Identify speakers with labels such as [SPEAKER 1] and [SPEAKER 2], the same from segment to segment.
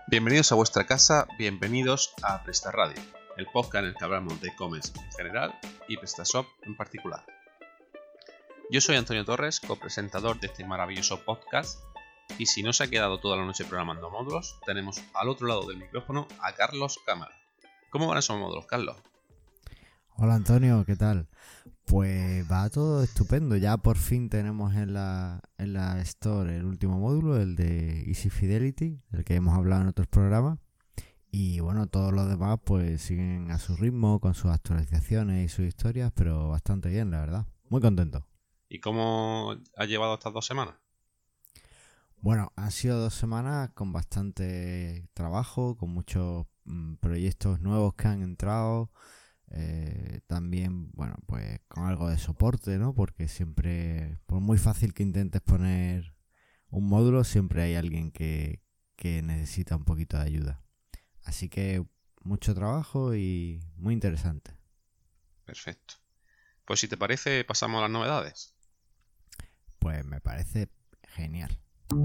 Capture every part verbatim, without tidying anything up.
[SPEAKER 1] Bienvenidos a vuestra casa, bienvenidos a Presta Radio, el podcast en el que hablamos de e-commerce en general y PrestaShop en particular. Yo soy Antonio Torres, copresentador de este maravilloso podcast, y si no se ha quedado toda la noche programando módulos, tenemos al otro lado del micrófono a Carlos Cámara. ¿Cómo van esos módulos, Carlos?
[SPEAKER 2] Hola Antonio, ¿qué tal? Pues va todo estupendo, ya por fin tenemos en la, en la Store el último módulo, el de Easy Fidelity, del que hemos hablado en otros programas. Y bueno, todos los demás pues siguen a su ritmo, con sus actualizaciones y sus historias, pero bastante bien, la verdad. Muy contento.
[SPEAKER 1] ¿Y cómo has llevado estas dos semanas?
[SPEAKER 2] Bueno, han sido dos semanas con bastante trabajo, con muchos mm, proyectos nuevos que han entrado. Eh, también, bueno, pues con algo de soporte, ¿no? Porque siempre, por muy fácil que intentes poner un módulo, siempre hay alguien que, que necesita un poquito de ayuda. Así que mucho trabajo y muy interesante.
[SPEAKER 1] Perfecto. Pues si te parece, pasamos a las novedades.
[SPEAKER 2] Pues me parece genial.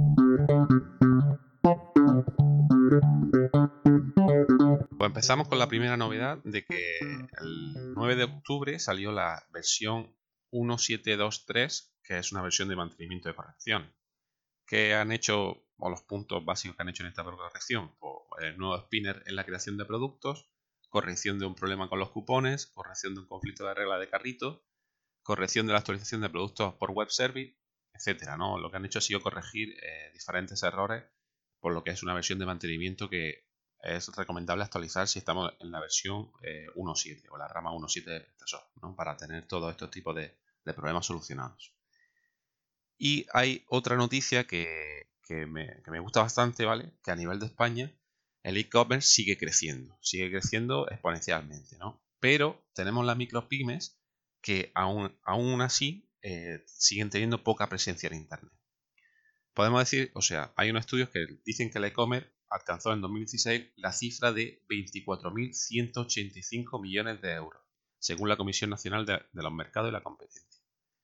[SPEAKER 1] Pues empezamos con la primera novedad de que el nueve de octubre salió la versión uno punto siete punto dos punto tres, que es una versión de mantenimiento de corrección. ¿Qué han hecho, o los puntos básicos que han hecho en esta corrección? Pues el nuevo spinner en la creación de productos, corrección de un problema con los cupones, corrección de un conflicto de regla de carrito, corrección de la actualización de productos por web service, etcétera, ¿no? Lo que han hecho ha sido corregir eh, diferentes errores, por lo que es una versión de mantenimiento que es recomendable actualizar si estamos en la versión eh, uno punto siete o la rama uno punto siete de PrestaShop, ¿no? Para tener todos estos tipos de, de problemas solucionados. Y hay otra noticia que, que, me, que me gusta bastante, ¿vale? Que a nivel de España el e-commerce sigue creciendo, sigue creciendo exponencialmente, ¿no? Pero tenemos las micropymes que aún, aún así eh, siguen teniendo poca presencia en Internet. Podemos decir, o sea, hay unos estudios que dicen que el e-commerce alcanzó en dos mil dieciséis la cifra de veinticuatro mil ciento ochenta y cinco millones de euros, según la Comisión Nacional de, de los Mercados y la Competencia.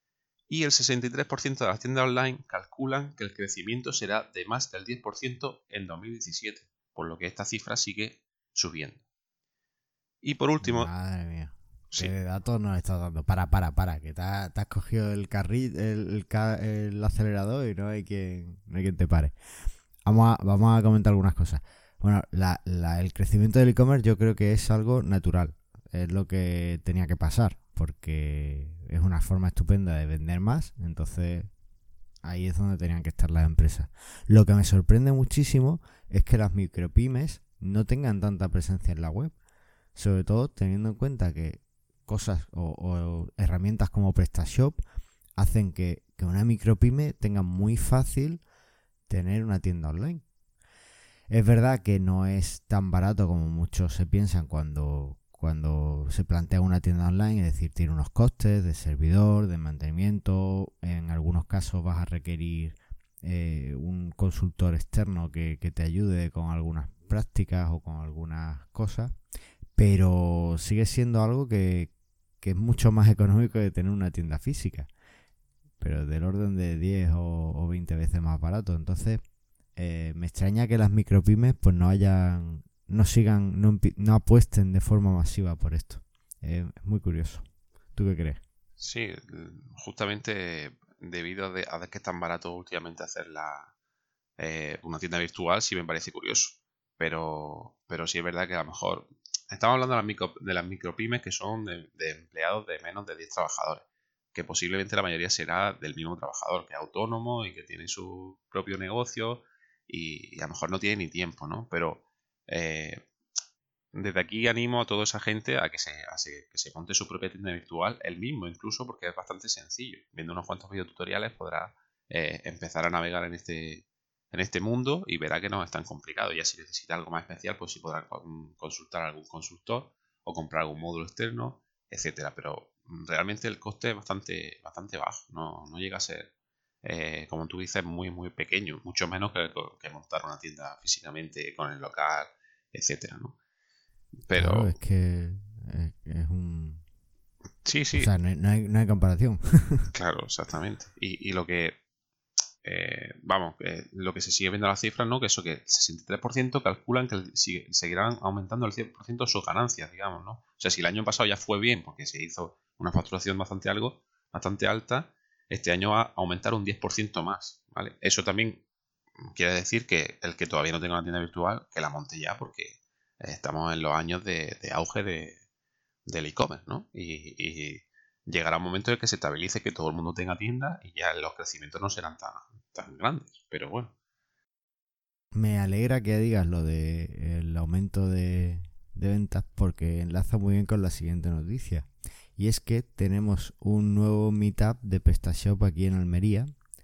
[SPEAKER 1] Y el sesenta y tres por ciento de las tiendas online calculan que el crecimiento será de más del diez por ciento en dos mil diecisiete, por lo que esta cifra sigue subiendo. Y por último...
[SPEAKER 2] Madre mía.
[SPEAKER 1] Sí.
[SPEAKER 2] ¿Qué datos nos estás dando? Para, para, para, que te, ha, te has cogido el carril, el, el, el acelerador y no hay quien, no hay quien te pare. Vamos a, vamos a comentar algunas cosas. Bueno, la, la, el crecimiento del e-commerce yo creo que es algo natural. Es lo que tenía que pasar, porque es una forma estupenda de vender más. Entonces, ahí es donde tenían que estar las empresas. Lo que me sorprende muchísimo es que las micropymes no tengan tanta presencia en la web. Sobre todo teniendo en cuenta que cosas o, o herramientas como PrestaShop hacen que, que una micropyme tenga muy fácil tener una tienda online. Es verdad que no es tan barato como muchos se piensan cuando, cuando se plantea una tienda online, es decir, tiene unos costes de servidor, de mantenimiento, en algunos casos vas a requerir eh, un consultor externo que, que te ayude con algunas prácticas o con algunas cosas, pero sigue siendo algo que, que es mucho más económico de tener una tienda física, pero del orden de diez o, o veinte veces más barato. Entonces eh, me extraña que las micropymes pues no hayan, no sigan, no, no apuesten de forma masiva por esto. Eh, es muy curioso. ¿Tú qué crees?
[SPEAKER 1] Sí, justamente debido a, de, a que es tan barato últimamente hacer la, eh, una tienda virtual, sí me parece curioso, pero, pero sí es verdad que a lo mejor estamos hablando de las, micro, de las micropymes que son de, de empleados de menos de diez trabajadores, que posiblemente la mayoría será del mismo trabajador, que es autónomo y que tiene su propio negocio y, y a lo mejor no tiene ni tiempo, ¿no? Pero eh, desde aquí animo a toda esa gente a que se, a se, que se monte su propia tienda virtual, él mismo incluso, porque es bastante sencillo. Viendo unos cuantos videotutoriales podrá eh, empezar a navegar en este, en este mundo y verá que no es tan complicado. Ya si necesita algo más especial, pues sí podrá consultar a algún consultor o comprar algún módulo externo, etcétera. Pero realmente el coste es bastante, bastante bajo, no, no llega a ser, eh, como tú dices, muy muy pequeño, mucho menos que, que montar una tienda físicamente con el local, etcétera, ¿no? Pero
[SPEAKER 2] claro, es que es, es un...
[SPEAKER 1] sí, sí,
[SPEAKER 2] o sea, no hay, no hay, no hay comparación.
[SPEAKER 1] claro, exactamente. Y, y lo que eh, vamos, eh, lo que se sigue viendo las cifras, ¿no? Que eso que el sesenta y tres por ciento calculan que sigue, seguirán aumentando el cien por ciento sus ganancias, digamos, ¿no? O sea, si el año pasado ya fue bien porque se hizo una facturación bastante algo, bastante alta, este año va a aumentar un diez por ciento más, ¿vale? Eso también quiere decir que el que todavía no tenga una tienda virtual, que la monte ya, porque estamos en los años de, de auge de, del e-commerce, ¿no? Y, y llegará un momento en el que se estabilice, que todo el mundo tenga tienda y ya los crecimientos no serán tan, tan grandes, pero bueno.
[SPEAKER 2] Me alegra que digas lo del aumento de, de ventas porque enlaza muy bien con la siguiente noticia. Y es que tenemos un nuevo meetup de PrestaShop aquí en Almería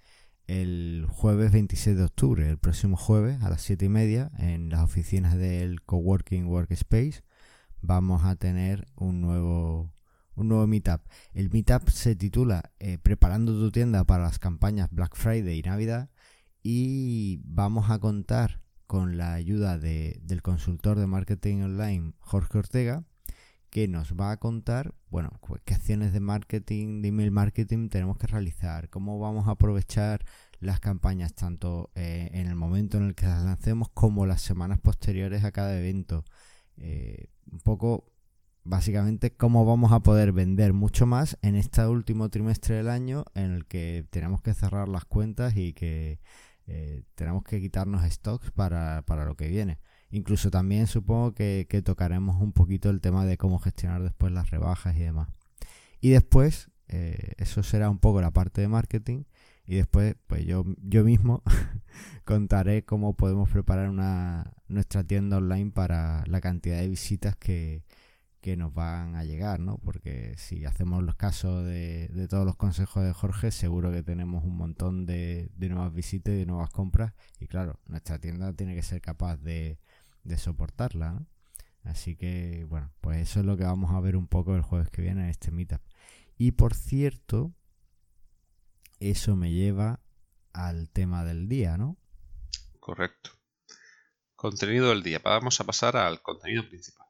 [SPEAKER 2] el jueves veintiséis de octubre, el próximo jueves a las siete y media en las oficinas del Coworking Workspace. Vamos a tener un nuevo, un nuevo meetup. El meetup se titula eh, Preparando tu tienda para las campañas Black Friday y Navidad y vamos a contar con la ayuda de, del consultor de marketing online Jorge Ortega, que nos va a contar, bueno, pues qué acciones de marketing, de email marketing tenemos que realizar, cómo vamos a aprovechar las campañas tanto eh, en el momento en el que las lancemos como las semanas posteriores a cada evento. Eh, un poco, básicamente, cómo vamos a poder vender mucho más en este último trimestre del año en el que tenemos que cerrar las cuentas y que eh, tenemos que quitarnos stocks para, para lo que viene. Incluso también supongo que, que tocaremos un poquito el tema de cómo gestionar después las rebajas y demás. Y después, eh, eso será un poco la parte de marketing. Y después, pues yo, yo mismo contaré cómo podemos preparar una, nuestra tienda online para la cantidad de visitas que, que nos van a llegar, ¿no? Porque si hacemos los casos de, de todos los consejos de Jorge, seguro que tenemos un montón de, de nuevas visitas y de nuevas compras. Y claro, nuestra tienda tiene que ser capaz de, de soportarla, ¿no? Así que, bueno, pues eso es lo que vamos a ver un poco el jueves que viene en este meetup. Y por cierto, eso me lleva al tema del día, ¿no?
[SPEAKER 1] Correcto. Contenido del día. Vamos a pasar al contenido principal.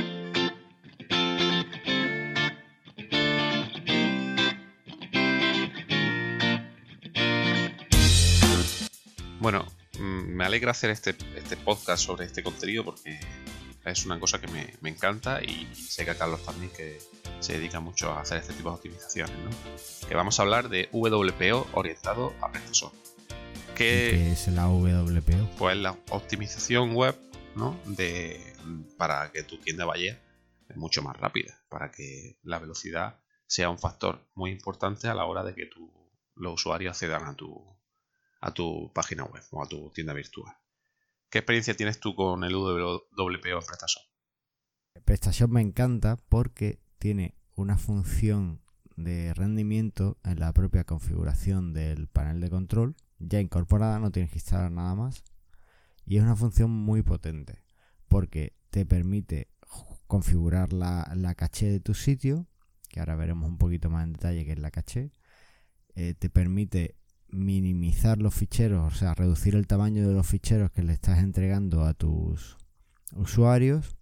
[SPEAKER 1] Bueno, me alegra hacer este, este podcast sobre este contenido porque es una cosa que me, me encanta y sé que a Carlos también que se dedica mucho a hacer este tipo de optimizaciones, ¿no? Que vamos a hablar de W W P O orientado a PrestaShop.
[SPEAKER 2] ¿Qué, ¿Qué es la W W P O?
[SPEAKER 1] Pues la optimización web, ¿no? De, para que tu tienda vaya mucho más rápida, para que la velocidad sea un factor muy importante a la hora de que tu, los usuarios accedan a tu, a tu página web o a tu tienda virtual. ¿Qué experiencia tienes tú con el W W P O en PrestaShop?
[SPEAKER 2] PrestaShop me encanta porque tiene una función de rendimiento en la propia configuración del panel de control ya incorporada, no tienes que instalar nada más y es una función muy potente porque te permite configurar la, la caché de tu sitio, que ahora veremos un poquito más en detalle qué es la caché. Eh, te permite minimizar los ficheros, o sea, reducir el tamaño de los ficheros que le estás entregando a tus usuarios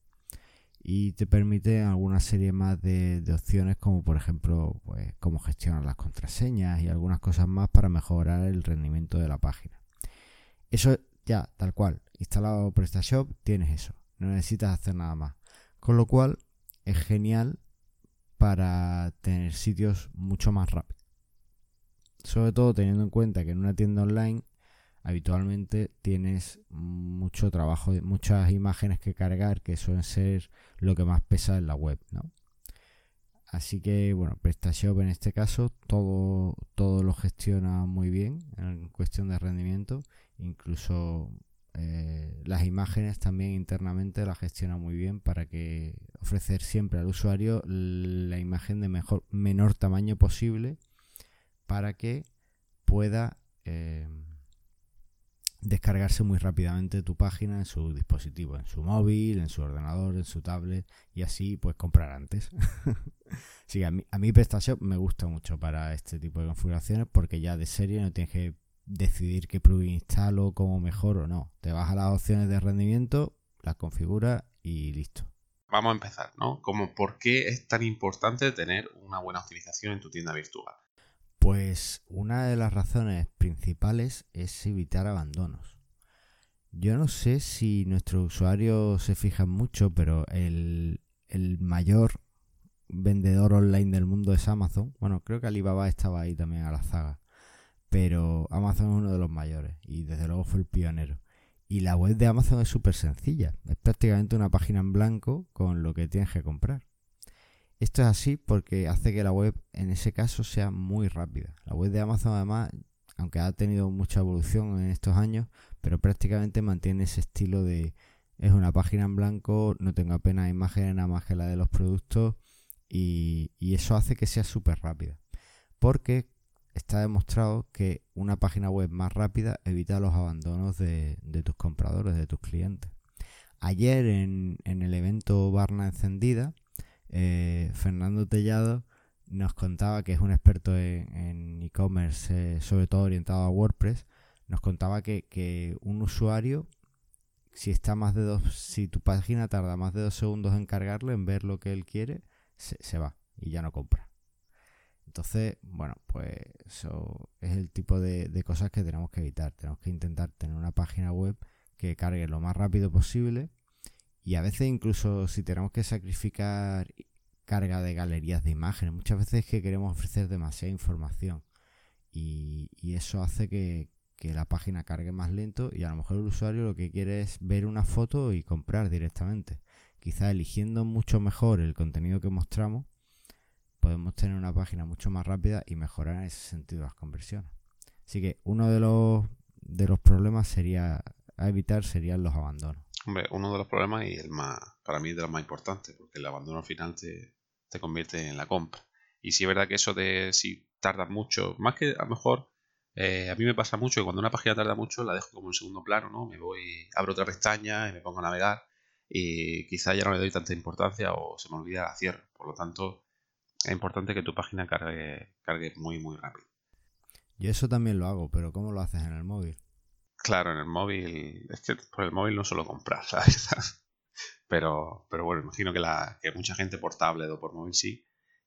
[SPEAKER 2] y te permite alguna serie más de, de opciones como por ejemplo pues cómo gestionar las contraseñas y algunas cosas más para mejorar el rendimiento de la página. Eso ya, tal cual, instalado PrestaShop tienes eso, no necesitas hacer nada más, con lo cual es genial para tener sitios mucho más rápidos. Sobre todo teniendo en cuenta que en una tienda online habitualmente tienes mucho trabajo, muchas imágenes que cargar que suelen ser lo que más pesa en la web, ¿no? Así que bueno, PrestaShop en este caso todo, todo lo gestiona muy bien en cuestión de rendimiento, incluso eh, las imágenes también internamente las gestiona muy bien para que ofrecer siempre al usuario la imagen de mejor, menor tamaño posible para que pueda eh, descargarse muy rápidamente tu página en su dispositivo, en su móvil, en su ordenador, en su tablet y así pues comprar antes. Sí, a mí, a mí PrestaShop me gusta mucho para este tipo de configuraciones porque ya de serie no tienes que decidir qué plugin instalo, cómo mejoro, no. Te vas a las opciones de rendimiento, las configuras y listo.
[SPEAKER 1] Vamos a empezar, ¿no? Como por qué es tan importante tener una buena optimización en tu tienda virtual.
[SPEAKER 2] Pues una de las razones principales es evitar abandonos. Yo no sé si nuestros usuarios se fijan mucho, pero el, el mayor vendedor online del mundo es Amazon. Bueno, creo que Alibaba estaba ahí también a la zaga, pero Amazon es uno de los mayores y desde luego fue el pionero. Y la web de Amazon es súper sencilla, es prácticamente una página en blanco con lo que tienes que comprar. Esto es así porque hace que la web en ese caso sea muy rápida. La web de Amazon además, aunque ha tenido mucha evolución en estos años, pero prácticamente mantiene ese estilo de es una página en blanco, no tengo apenas imágenes nada más que la de los productos y, y eso hace que sea súper rápida. Porque está demostrado que una página web más rápida evita los abandonos de, de tus compradores, de tus clientes. Ayer en, en el evento Barna Encendida, eh, Fernando Tellado nos contaba, que es un experto en, en e-commerce, eh, sobre todo orientado a WordPress, nos contaba que, que un usuario, si está más de dos, si tu página tarda más de dos segundos en cargarlo, en ver lo que él quiere, se, se va y ya no compra. Entonces, bueno, pues eso es el tipo de, de cosas que tenemos que evitar. Tenemos que intentar tener una página web que cargue lo más rápido posible y a veces incluso si tenemos que sacrificar carga de galerías de imágenes, muchas veces es que queremos ofrecer demasiada información y, y eso hace que, que la página cargue más lento y a lo mejor el usuario lo que quiere es ver una foto y comprar directamente. Quizá eligiendo mucho mejor el contenido que mostramos, podemos tener una página mucho más rápida y mejorar en ese sentido las conversiones. Así que uno de los de los problemas sería a evitar serían los abandonos.
[SPEAKER 1] Hombre, uno de los problemas y el más, para mí de los más importantes, porque el abandono al final te, te convierte en la compra. Y sí es verdad que eso de si tarda mucho, más que a lo mejor, eh, a mí me pasa mucho que cuando una página tarda mucho la dejo como en segundo plano, ¿no? Me voy, abro otra pestaña y me pongo a navegar y quizá ya no le doy tanta importancia o se me olvida la cierro. Por lo tanto, es importante que tu página cargue, cargue muy muy rápido.
[SPEAKER 2] Yo eso también lo hago, pero ¿cómo lo haces en el móvil?
[SPEAKER 1] Claro, en el móvil, es que por el móvil no suelo comprar, ¿sabes? pero, pero bueno, imagino que, la, que mucha gente por tablet o por móvil sí.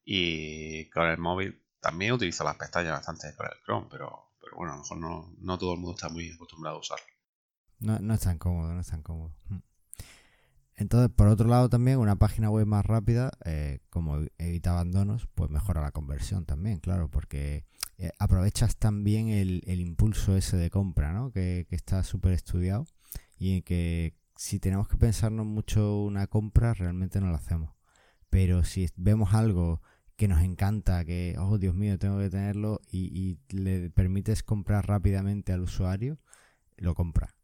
[SPEAKER 1] Y con el móvil también utilizo las pestañas bastante con el Chrome, pero, pero bueno, a lo mejor no, no todo el mundo está muy acostumbrado a usarlo.
[SPEAKER 2] No, no es tan cómodo, no es tan cómodo. Entonces, por otro lado también, una página web más rápida, eh, como evita abandonos, pues mejora la conversión también, claro, porque eh, aprovechas también el, el impulso ese de compra, ¿no? Que, que está súper estudiado y que si tenemos que pensarnos mucho una compra, realmente no la hacemos. Pero si vemos algo que nos encanta, que, oh Dios mío, tengo que tenerlo, y, y le permites comprar rápidamente al usuario, lo compra.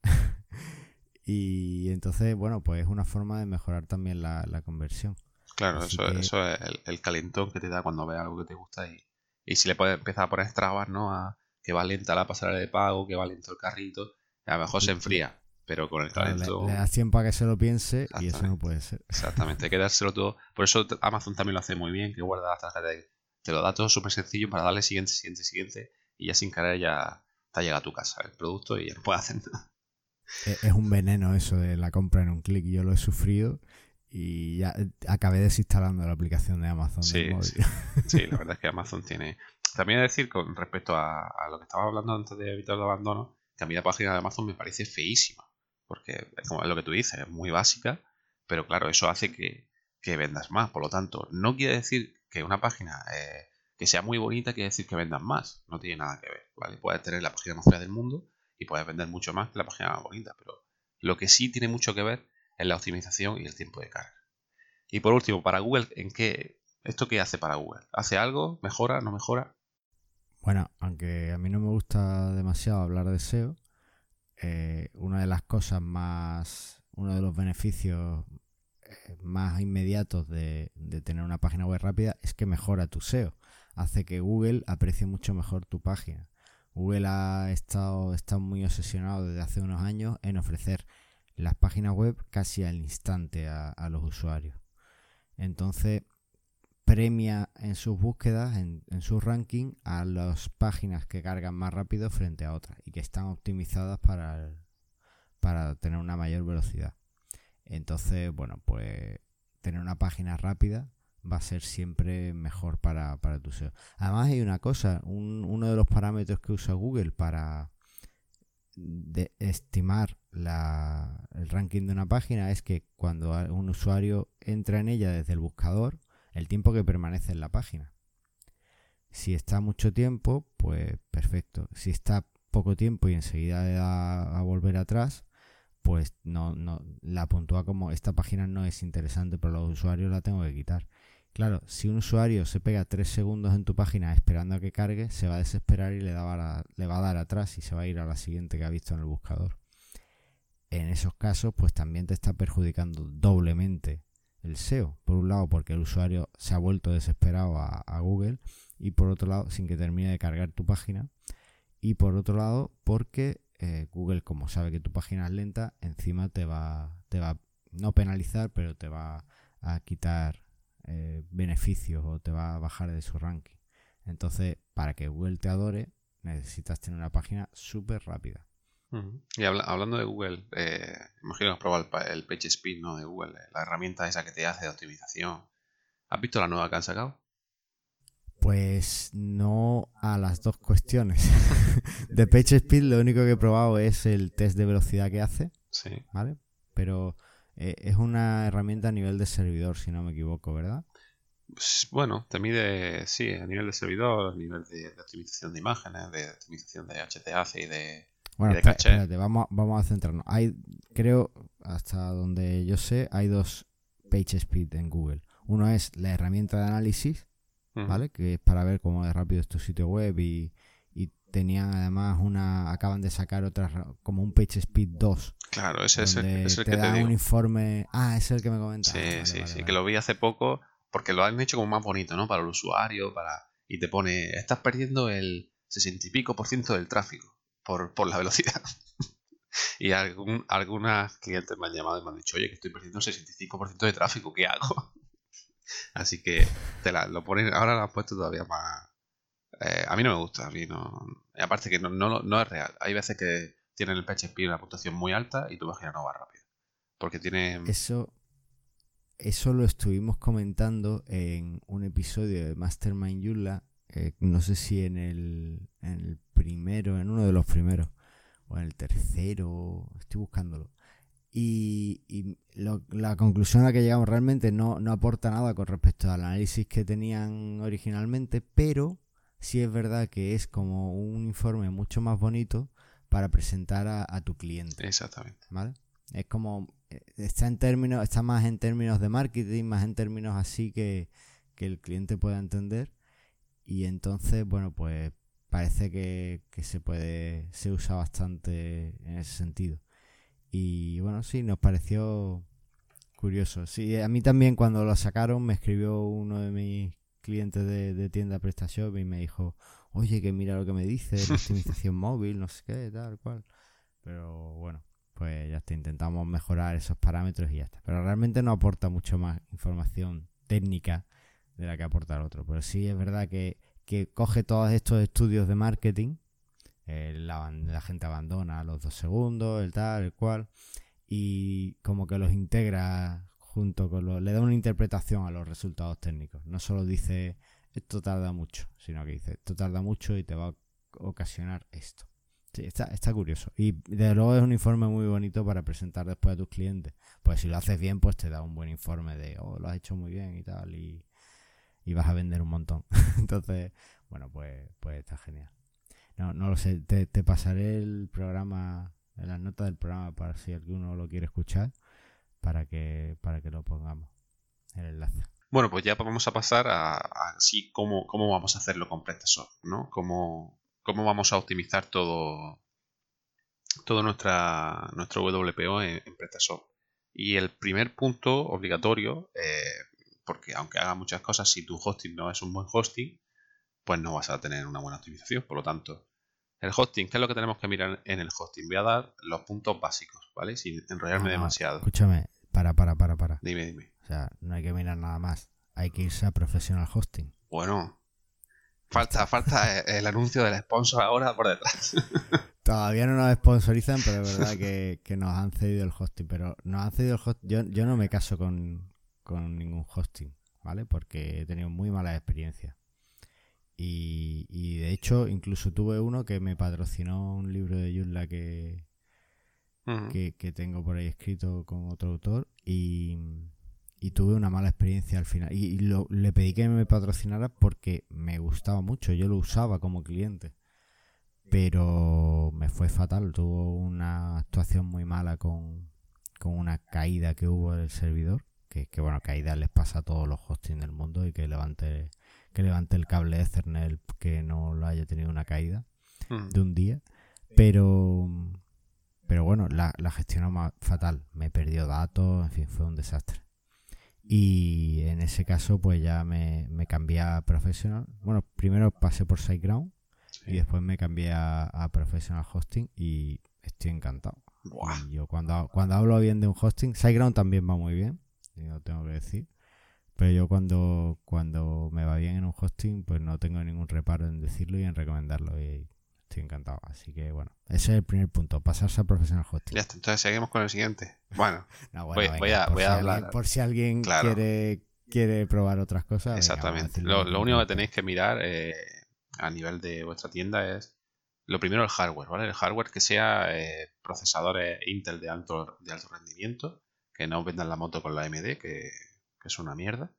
[SPEAKER 2] Y entonces, bueno, pues es una forma de mejorar también la, la conversión.
[SPEAKER 1] Claro,
[SPEAKER 2] Así
[SPEAKER 1] eso,
[SPEAKER 2] que,
[SPEAKER 1] eso es el, el calentón que te da cuando ves algo que te gusta y, y si le puedes empezar a poner trabas, ¿no? A que va lenta la pasarela de pago, que va lento el carrito, a lo mejor se
[SPEAKER 2] le,
[SPEAKER 1] enfría, pero con el
[SPEAKER 2] claro, le, le
[SPEAKER 1] calentón.
[SPEAKER 2] das tiempo a que se lo piense y eso no
[SPEAKER 1] Exactamente,
[SPEAKER 2] puede ser.
[SPEAKER 1] exactamente, hay que dárselo todo. Por eso Amazon también lo hace muy bien, que guarda las tarjetas de, te lo da todo súper sencillo para darle siguiente, siguiente, siguiente y ya sin querer ya te llega a tu casa el producto y ya no puedes hacer nada.
[SPEAKER 2] Es, es un veneno eso de la compra en un clic. Yo lo he sufrido y ya acabé desinstalando la aplicación de Amazon del
[SPEAKER 1] Sí,
[SPEAKER 2] móvil.
[SPEAKER 1] sí, sí, la verdad es que Amazon tiene... También he de decir, con respecto a, a lo que estaba hablando antes de evitar el abandono, que a mí la página de Amazon me parece feísima, porque es como es lo que tú dices, es muy básica, pero claro, eso hace que, que vendas más. Por lo tanto, no quiere decir que una página eh, que sea muy bonita quiere decir que vendas más. No tiene nada que ver, ¿vale? Puedes tener la página más fea del mundo y puedes vender mucho más que la página más bonita, pero lo que sí tiene mucho que ver es la optimización y el tiempo de carga. Y por último, para Google, ¿en qué, ¿esto qué hace para Google? ¿Hace algo? ¿Mejora? ¿No mejora?
[SPEAKER 2] Bueno, aunque a mí no me gusta demasiado hablar de S E O, eh, una de las cosas más, uno de los beneficios eh, más inmediatos de, de tener una página web rápida es que mejora tu S E O. Hace que Google aprecie mucho mejor tu página. Google ha estado, está muy obsesionado desde hace unos años en ofrecer las páginas web casi al instante a, a los usuarios. Entonces premia en sus búsquedas, en, en su ranking, a las páginas que cargan más rápido frente a otras y que están optimizadas para, el, para tener una mayor velocidad. Entonces, bueno, pues tener una página rápida va a ser siempre mejor para, para tu S E O. Además hay una cosa, un, uno de los parámetros que usa Google para de estimar la, el ranking de una página es que cuando un usuario entra en ella desde el buscador, el tiempo que permanece en la página. Si está mucho tiempo, pues perfecto. Si está poco tiempo y enseguida le da a volver atrás, pues no, no la puntúa como esta página no es interesante para los usuarios, la tengo que quitar. Claro, si un usuario se pega tres segundos en tu página esperando a que cargue, se va a desesperar y le, da a, le va a dar atrás y se va a ir a la siguiente que ha visto en el buscador. En esos casos, pues también te está perjudicando doblemente el S E O. Por un lado, porque el usuario se ha vuelto desesperado a, a Google, y por otro lado, sin que termine de cargar tu página. Y por otro lado, porque eh, Google, como sabe que tu página es lenta, encima te va, te va no penalizar, pero te va a quitar eh, beneficios o te va a bajar de su ranking. Entonces, para que Google te adore, necesitas tener una página súper rápida.
[SPEAKER 1] Uh-huh. Y habla, hablando de Google, eh, imagino que has probado el, el PageSpeed, ¿no? De Google, la herramienta esa que te hace de optimización. ¿Has visto la nueva que han sacado?
[SPEAKER 2] Pues no a las dos cuestiones. De PageSpeed lo único que he probado es el test de velocidad que hace.
[SPEAKER 1] Sí.
[SPEAKER 2] ¿Vale? Pero eh, es una herramienta a nivel de servidor, si no me equivoco, ¿verdad?
[SPEAKER 1] Pues, bueno, te mide, sí, a nivel de servidor, a nivel de, de optimización de imágenes, de optimización de H T A C y de,
[SPEAKER 2] bueno,
[SPEAKER 1] y de
[SPEAKER 2] espérate,
[SPEAKER 1] caché.
[SPEAKER 2] Espérate, vamos, vamos a centrarnos. Hay, creo, hasta donde yo sé, hay dos PageSpeed en Google. Uno es la herramienta de análisis, ¿vale? Uh-huh. Que es para ver cómo de rápido es tu sitio web y, y tenían además una, acaban de sacar otras como un PageSpeed dos.
[SPEAKER 1] Claro, ese es el, es el
[SPEAKER 2] te
[SPEAKER 1] que
[SPEAKER 2] da
[SPEAKER 1] te digo.
[SPEAKER 2] Un informe. Ah, ese es el que me comentas.
[SPEAKER 1] Sí,
[SPEAKER 2] ah, vale,
[SPEAKER 1] sí,
[SPEAKER 2] vale,
[SPEAKER 1] sí,
[SPEAKER 2] vale.
[SPEAKER 1] que lo vi hace poco porque lo han hecho como más bonito, ¿no? Para el usuario, para y te pone, estás perdiendo el sesenta y pico por ciento del tráfico por, por la velocidad. Y algún, algunas clientes me han llamado y me han dicho, oye, que estoy perdiendo el sesenta y cinco por ciento de tráfico, ¿qué hago? Así que te la, lo ponen, ahora lo han puesto todavía más. Eh, a mí no me gusta, a mí no. Aparte que no, no, no es real. Hay veces que tienen el PageSpeed una puntuación muy alta y tu página no va rápido. Porque tiene.
[SPEAKER 2] Eso, eso lo estuvimos comentando en un episodio de Mastermind Joomla. Eh, no sé si en el, en el primero, en uno de los primeros, o en el tercero, estoy buscándolo. Y, y lo, la conclusión a la que llegamos realmente no, no aporta nada con respecto al análisis que tenían originalmente, pero sí es verdad que es como un informe mucho más bonito para presentar a, a tu cliente.
[SPEAKER 1] Exactamente.
[SPEAKER 2] ¿Vale? Es como, está en términos, está más en términos de marketing, más en términos así que, que el cliente pueda entender. Y entonces, bueno, pues parece que, que se puede, se usa bastante en ese sentido. Y bueno, sí, nos pareció curioso. Sí, a mí también cuando lo sacaron me escribió uno de mis clientes de, de tienda PrestaShop y me dijo, oye, que mira lo que me dice, la optimización móvil, no sé qué, tal cual. Pero bueno, pues ya está, intentamos mejorar esos parámetros y ya está. Pero realmente no aporta mucho más información técnica de la que aporta el otro. Pero sí es verdad que, que coge todos estos estudios de marketing. Eh, la, la gente abandona a los dos segundos, el tal, el cual, y como que los integra junto con los, le da una interpretación a los resultados técnicos. No solo dice esto tarda mucho, sino que dice esto tarda mucho y te va a ocasionar esto. Sí, está, está curioso. Y desde luego es un informe muy bonito para presentar después a tus clientes. Pues si lo haces bien, pues te da un buen informe de, oh, lo has hecho muy bien y tal, y, y vas a vender un montón. Entonces, bueno, pues, pues está genial. No, no lo sé, te, te pasaré el programa, las notas del programa para si alguno lo quiere escuchar, para que para que lo pongamos, el enlace.
[SPEAKER 1] Bueno, pues ya vamos a pasar a, a sí, cómo, cómo vamos a hacerlo con PrestaShop, ¿no? Cómo, cómo vamos a optimizar todo, todo nuestra, nuestro W P O en, en PrestaShop. Y el primer punto obligatorio, eh, porque aunque haga muchas cosas, si tu hosting no es un buen hosting, pues no vas a tener una buena optimización. Por lo tanto, el hosting, ¿qué es lo que tenemos que mirar en el hosting? Voy a dar los puntos básicos, ¿vale? Sin enrollarme
[SPEAKER 2] no, no,
[SPEAKER 1] demasiado.
[SPEAKER 2] Escúchame, para, para, para, para.
[SPEAKER 1] Dime, dime.
[SPEAKER 2] O sea, no hay que mirar nada más. Hay que irse a Professional Hosting.
[SPEAKER 1] Bueno, falta, falta el anuncio del sponsor ahora por detrás.
[SPEAKER 2] Todavía no nos sponsorizan, pero es verdad que, que nos han cedido el hosting. Pero nos han cedido el hosting. Yo, yo no me caso con, con ningún hosting. ¿vale? Porque he tenido muy malas experiencias. Y, y de hecho, incluso tuve uno que me patrocinó un libro de Joomla que,
[SPEAKER 1] Ujú.
[SPEAKER 2] que, que tengo por ahí escrito con otro autor y, y tuve una mala experiencia al final. Y, y lo, le pedí que me patrocinara porque me gustaba mucho, yo lo usaba como cliente. Pero me fue fatal, tuvo una actuación muy mala con, con una caída que hubo del servidor. Que, que bueno, caída les pasa a todos los hosting del mundo y que levante, que levante el cable Ethernet que no lo haya tenido una caída
[SPEAKER 1] Ujú.
[SPEAKER 2] de un día. Pero pero bueno, la, la gestionó ma- fatal. Me perdió datos, en fin, fue un desastre. Y en ese caso, pues ya me, me cambié a Professional. Bueno, primero pasé por SiteGround y
[SPEAKER 1] Sí.
[SPEAKER 2] después me cambié a, a Professional Hosting y estoy encantado.
[SPEAKER 1] Buah.
[SPEAKER 2] Y yo cuando, cuando hablo bien de un hosting, SiteGround también va muy bien, yo tengo que decir. Pero yo cuando, cuando me va bien en un hosting, pues no tengo ningún reparo en decirlo y en recomendarlo. Y estoy encantado. Así que bueno, ese es el primer punto, pasarse a Professional Hosting.
[SPEAKER 1] Ya está, entonces seguimos con el siguiente. Bueno,
[SPEAKER 2] No,
[SPEAKER 1] voy,
[SPEAKER 2] bueno,
[SPEAKER 1] voy
[SPEAKER 2] venga,
[SPEAKER 1] a,
[SPEAKER 2] por
[SPEAKER 1] voy
[SPEAKER 2] si
[SPEAKER 1] a
[SPEAKER 2] alguien,
[SPEAKER 1] hablar.
[SPEAKER 2] por si alguien
[SPEAKER 1] Claro,
[SPEAKER 2] quiere, quiere probar otras cosas, venga, vamos a
[SPEAKER 1] exactamente.
[SPEAKER 2] decirle
[SPEAKER 1] Lo,
[SPEAKER 2] unos
[SPEAKER 1] lo único que
[SPEAKER 2] puntos
[SPEAKER 1] tenéis
[SPEAKER 2] después.
[SPEAKER 1] que mirar eh, a nivel de vuestra tienda es, lo primero, el hardware, ¿vale? El hardware que sea eh, procesadores Intel de alto, de alto rendimiento, que no vendan la moto con la A M D, que, que es una mierda.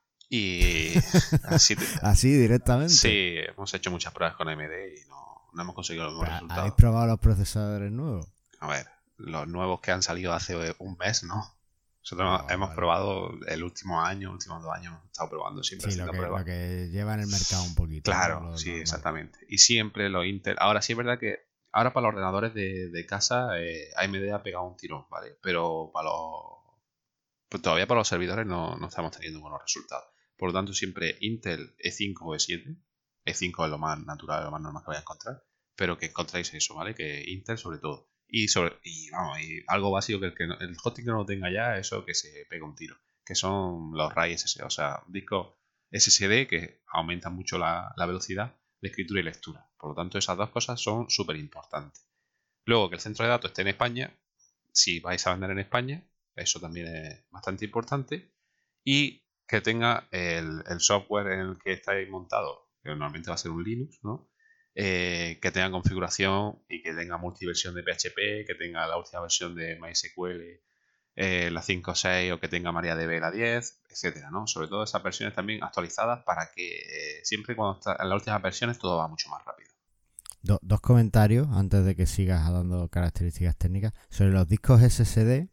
[SPEAKER 1] Y así, te-
[SPEAKER 2] Así directamente.
[SPEAKER 1] sí, hemos hecho muchas pruebas con A M D y no, no hemos conseguido los mismos
[SPEAKER 2] Pero, ¿habéis
[SPEAKER 1] resultados.
[SPEAKER 2] probado los procesadores nuevos?
[SPEAKER 1] A ver, los nuevos que han salido hace un mes, ¿no? Nosotros
[SPEAKER 2] Ah, vale,
[SPEAKER 1] hemos
[SPEAKER 2] vale.
[SPEAKER 1] probado el último año, últimos dos años, hemos estado probando, siempre
[SPEAKER 2] Sí, lo
[SPEAKER 1] haciendo
[SPEAKER 2] que,
[SPEAKER 1] pruebas.
[SPEAKER 2] lo que lleva en el mercado un poquito, ¿no?
[SPEAKER 1] Claro,
[SPEAKER 2] Lo
[SPEAKER 1] sí,
[SPEAKER 2] normal.
[SPEAKER 1] exactamente. Y siempre los Intel. Ahora sí es verdad que ahora para los ordenadores de, de casa eh, A M D ha pegado un tirón, ¿vale? Pero para los pues todavía para los servidores no, no estamos teniendo buenos resultados. Por lo tanto, siempre Intel E cinco o E siete. E cinco es lo más natural, lo más normal que vais a encontrar. Pero que encontráis eso, ¿vale? Que Intel sobre todo. Y sobre y vamos, y algo básico que el, que no- el hosting que no lo tenga ya, eso que se pega un tiro. Que son los RAID S S D, o sea, discos S S D que aumentan mucho la, la velocidad de escritura y lectura. Por lo tanto, esas dos cosas son súper importantes. Luego, que el centro de datos esté en España, si vais a vender en España, eso también es bastante importante. Y que tenga el, el software en el que estáis montado, que normalmente va a ser un Linux, ¿no? Eh, que tenga configuración y que tenga multiversión de P H P, que tenga la última versión de MySQL, eh, la cinco punto seis o que tenga MariaDB la diez, etcétera, ¿no? Sobre todo esas versiones también actualizadas para que eh, siempre cuando está en las últimas versiones todo va mucho más rápido.
[SPEAKER 2] Do- dos comentarios antes de que sigas dando características técnicas. Sobre los discos S S D,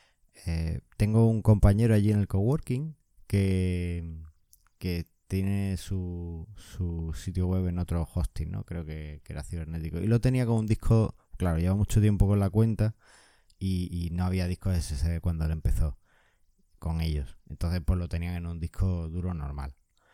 [SPEAKER 2] eh, tengo un compañero allí en el coworking que, que tiene su, su sitio web en otro hosting, ¿no? Creo que, que era cibernético. Y lo tenía con un disco, claro, lleva mucho tiempo con la cuenta y, y no había discos S S D cuando él empezó con ellos. Entonces pues lo tenían en un disco duro normal.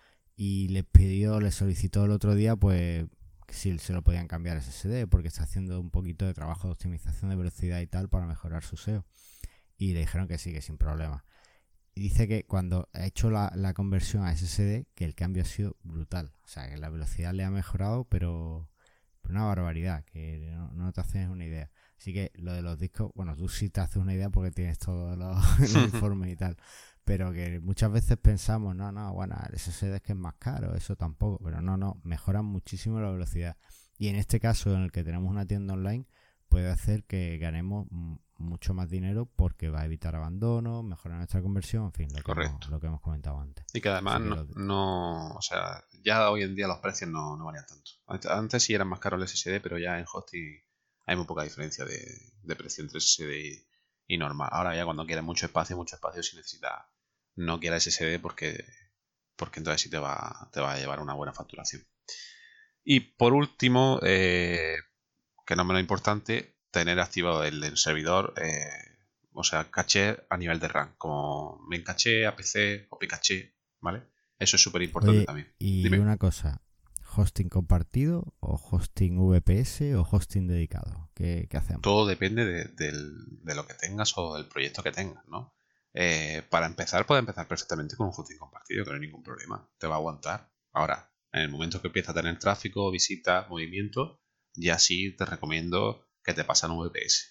[SPEAKER 2] Y les pidió, les solicitó el otro día pues si se lo podían cambiar a S S D porque está haciendo un poquito de trabajo de optimización de velocidad y tal para mejorar su S E O. Y le dijeron que sí, que sin problema. Y dice que cuando ha hecho la, la conversión a S S D, que el cambio ha sido brutal. O sea, que la velocidad le ha mejorado, pero, pero una barbaridad, que no, no te haces una idea. Así que lo de los discos, bueno, tú sí te haces una idea porque tienes todos los, los informes y tal. Pero que muchas veces pensamos, no, no, bueno, el S S D es que es más caro, eso tampoco. Pero no, no, mejoran muchísimo la velocidad. Y en este caso, en el que tenemos una tienda online, puede hacer que ganemos mucho más dinero porque va a evitar abandono, mejorar nuestra conversión, en fin, lo que hemos,
[SPEAKER 1] Correcto.
[SPEAKER 2] lo que hemos comentado antes.
[SPEAKER 1] Y que además
[SPEAKER 2] Así que
[SPEAKER 1] no,
[SPEAKER 2] lo,
[SPEAKER 1] no, o sea, ya hoy en día los precios no, no varían tanto. Antes, antes sí eran más caros el S S D, pero ya en hosting hay muy poca diferencia de, de precio entre S S D y, y normal. Ahora ya cuando quieres mucho espacio, mucho espacio, si necesitas no quieras S S D porque, porque entonces sí te va, te va a llevar una buena facturación. Y por último, eh, que no menos importante, tener activado el, el servidor, eh, o sea, caché a nivel de RAM, como main caché, A P C o Pcaché, ¿vale? Eso es súper importante
[SPEAKER 2] oye,
[SPEAKER 1] también.
[SPEAKER 2] y
[SPEAKER 1] Dime,
[SPEAKER 2] una cosa, ¿hosting compartido o hosting V P S o hosting dedicado? ¿Qué, qué hacemos?
[SPEAKER 1] todo depende de, del- de lo que tengas o del proyecto que tengas, ¿no? Eh, para empezar, puedes empezar perfectamente con un hosting compartido, que no hay ningún problema, te va a aguantar. Ahora, en el momento que empieza a tener tráfico, visitas, movimiento, ya sí te recomiendo que te pasen un V P S,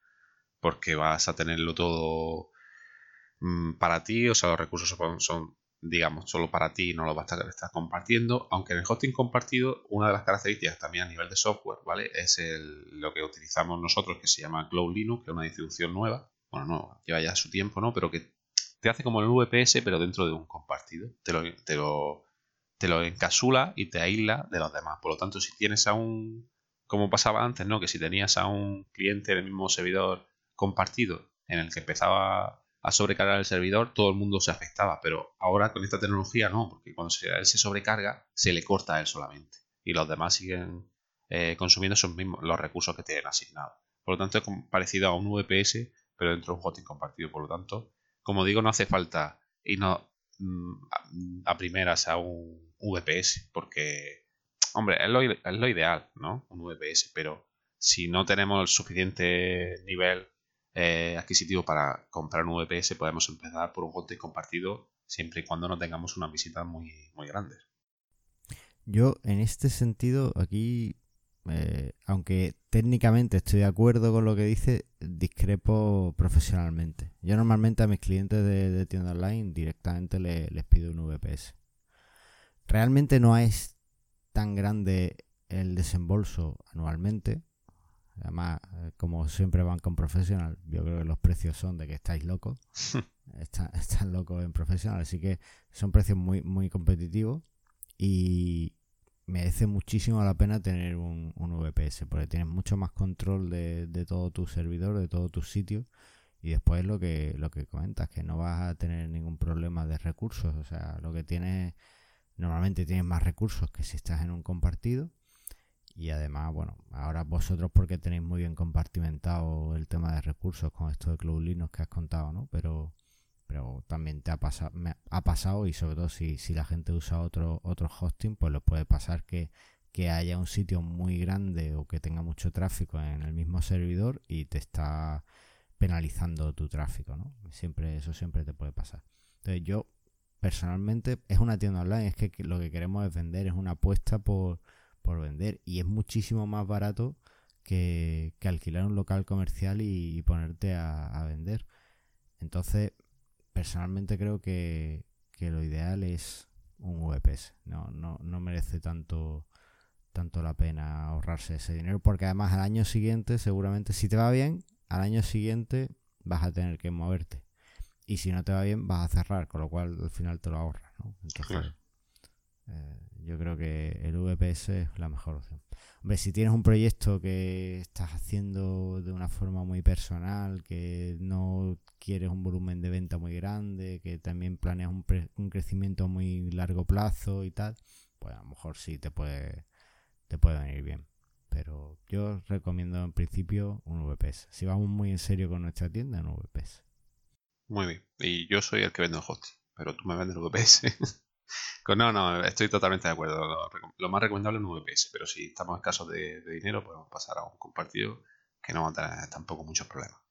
[SPEAKER 1] porque vas a tenerlo todo mm, para ti, o sea, los recursos son, son digamos, solo para ti, no lo vas a estar, estar compartiendo, aunque en el hosting compartido, una de las características también a nivel de software, ¿vale? Es el, lo que utilizamos nosotros, que se llama Cloud Linux, que es una distribución nueva, bueno, no, lleva ya su tiempo, ¿no? Pero que te hace como el V P S, pero dentro de un compartido. Te lo, te lo, te lo encapsula y te aísla de los demás. Por lo tanto, si tienes a un, como pasaba antes, ¿no? Que si tenías a un cliente del mismo servidor compartido en el que empezaba a sobrecargar el servidor, todo el mundo se afectaba, pero ahora con esta tecnología no, porque cuando se, él se sobrecarga, se le corta a él solamente y los demás siguen eh, consumiendo esos mismos, los recursos que tienen asignados. Por lo tanto, es parecido a un V P S, pero dentro de un hosting compartido. Por lo tanto, como digo, no hace falta irnos mm, a primeras a un V P S, porque, hombre, es lo, es lo ideal, ¿no? Un V P S, pero si no tenemos el suficiente nivel Eh, adquisitivo para comprar un V P S, podemos empezar por un hosting compartido siempre y cuando no tengamos unas visitas muy, muy grandes.
[SPEAKER 2] Yo, en este sentido, aquí, eh, aunque técnicamente estoy de acuerdo con lo que dice, discrepo profesionalmente. Yo normalmente a mis clientes de, de tienda online directamente le, les pido un V P S. Realmente no es tan grande el desembolso anualmente. Además, como siempre van con Professional, yo creo que los precios son de que estáis locos. Están, están locos en Professional, así que son precios muy, muy competitivos y merece muchísimo la pena tener un, un V P S, porque tienes mucho más control de, de todo tu servidor, de todo tu sitio, y después lo que, lo que comentas, que no vas a tener ningún problema de recursos. O sea, lo que tienes, normalmente tienes más recursos que si estás en un compartido. Y además, bueno, ahora vosotros porque tenéis muy bien compartimentado el tema de recursos con esto de Cloud Linux que has contado, ¿no? Pero, pero también te ha pasado, me ha pasado, y sobre todo si, si la gente usa otro, otro hosting, pues le puede pasar que, que haya un sitio muy grande o que tenga mucho tráfico en el mismo servidor y te está penalizando tu tráfico, ¿no? Siempre, eso siempre te puede pasar. Entonces yo, personalmente, es una tienda online, es que lo que queremos es vender, es una apuesta por por vender, y es muchísimo más barato que, que alquilar un local comercial y, y ponerte a, a vender. Entonces, personalmente creo que, que lo ideal es un V P S. No, no, no merece tanto, tanto la pena ahorrarse ese dinero, porque además al año siguiente, seguramente, si te va bien, al año siguiente vas a tener que moverte. Y si no te va bien, vas a cerrar, con lo cual al final te lo ahorras, ¿no? Entonces, claro. Eh, yo creo que el V P S es la mejor opción. Hombre, si tienes un proyecto que estás haciendo de una forma muy personal, que no quieres un volumen de venta muy grande, que también planeas un, pre- un crecimiento a muy largo plazo y tal, pues a lo mejor sí te puede, te puede venir bien. Pero yo recomiendo en principio un V P S. Si vamos muy en serio con nuestra tienda, un V P S.
[SPEAKER 1] Muy bien. Y yo soy el que vende el hosting, pero tú me vendes el V P S. No, no, estoy totalmente de acuerdo. Lo, lo más recomendable es un V P S, pero si estamos escasos de, de dinero, podemos pasar a un compartido que no va a tener tampoco muchos problemas.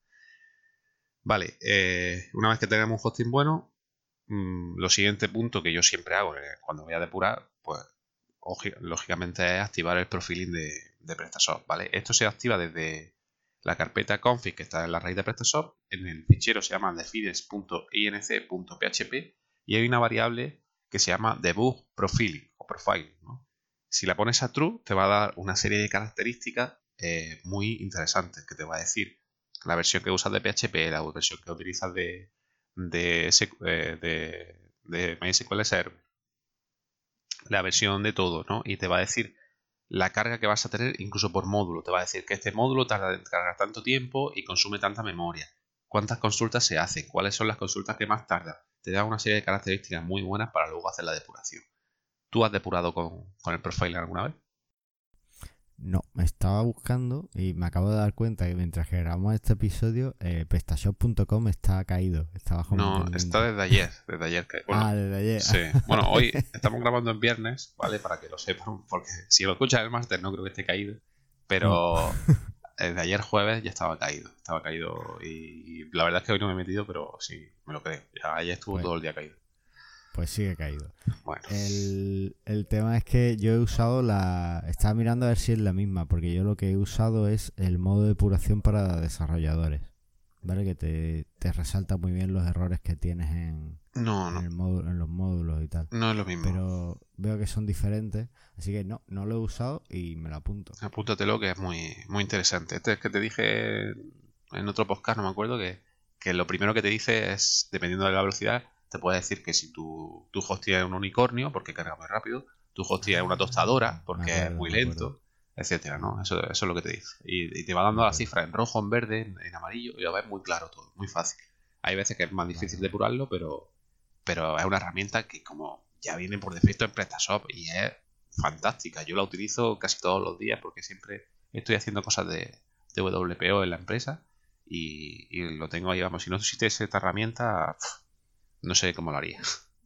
[SPEAKER 1] Vale, eh, una vez que tengamos un hosting bueno, mmm, lo siguiente punto que yo siempre hago eh, cuando voy a depurar, pues lógicamente es activar el profiling de, de PrestaShop, ¿vale? Esto se activa desde la carpeta config que está en la raíz de PrestaShop. En el fichero se llama defines punto inc punto p h p y hay una variable que se llama debug profiling o profiling, ¿no? Si la pones a true, te va a dar una serie de características eh, muy interesantes que te va a decir la versión que usas de P H P, la versión que utilizas de, de, de, de MySQL Server, la versión de todo, ¿no? Y te va a decir la carga que vas a tener incluso por módulo. Te va a decir que este módulo tarda en cargar tanto tiempo y consume tanta memoria. ¿Cuántas consultas se hacen? ¿Cuáles son las consultas que más tardan? Te da una serie de características muy buenas para luego hacer la depuración. ¿Tú has depurado con, con el profiling alguna vez?
[SPEAKER 2] No, me estaba buscando y me acabo de dar cuenta que mientras que grabamos este episodio, eh, PrestaShop punto com está caído. Está bajo
[SPEAKER 1] No,
[SPEAKER 2] mi
[SPEAKER 1] está desde ayer. Desde ayer que, bueno,
[SPEAKER 2] ah, desde ayer.
[SPEAKER 1] Sí. Bueno, hoy estamos grabando en viernes, ¿vale? Para que lo sepan, porque si lo escuchas en el máster no creo que esté caído. Pero no. Desde ayer jueves ya estaba caído. Estaba caído y la verdad es que hoy no me he metido, pero sí, me lo creo. Ya ayer estuvo pues, todo el día caído.
[SPEAKER 2] Pues sigue caído.
[SPEAKER 1] Bueno.
[SPEAKER 2] El, el tema es que yo he usado la... Estaba mirando a ver si es la misma, porque yo lo que he usado es el modo de depuración para desarrolladores. ¿Vale? Que te, te resalta muy bien los errores que tienes en,
[SPEAKER 1] no,
[SPEAKER 2] en,
[SPEAKER 1] no.
[SPEAKER 2] el módulo, en los módulos.
[SPEAKER 1] lo mismo.
[SPEAKER 2] Pero veo que son diferentes, así que no, no lo he usado y me lo apunto.
[SPEAKER 1] Apúntatelo, que es muy, muy interesante. Este es que te dije en otro podcast, no me acuerdo, que, que lo primero que te dice es, dependiendo de la velocidad, te puede decir que si tu, tu hostia es un unicornio, porque carga muy rápido, tu hostia es una tostadora, porque
[SPEAKER 2] acuerdo,
[SPEAKER 1] es muy
[SPEAKER 2] me acuerdo.
[SPEAKER 1] lento, etcétera, ¿no? Eso, eso es lo que te dice. Y, y te va dando las cifras en rojo, en verde, en, en amarillo, y lo ves muy claro todo, muy fácil. Hay veces que es más difícil
[SPEAKER 2] Vale, vale.
[SPEAKER 1] depurarlo, pero, pero es una herramienta que como ya viene por defecto en PrestaShop y es fantástica. Yo la utilizo casi todos los días porque siempre estoy haciendo cosas de, de W P O en la empresa y, y lo tengo ahí, vamos, si no existiese esta herramienta, pf, no sé cómo lo haría.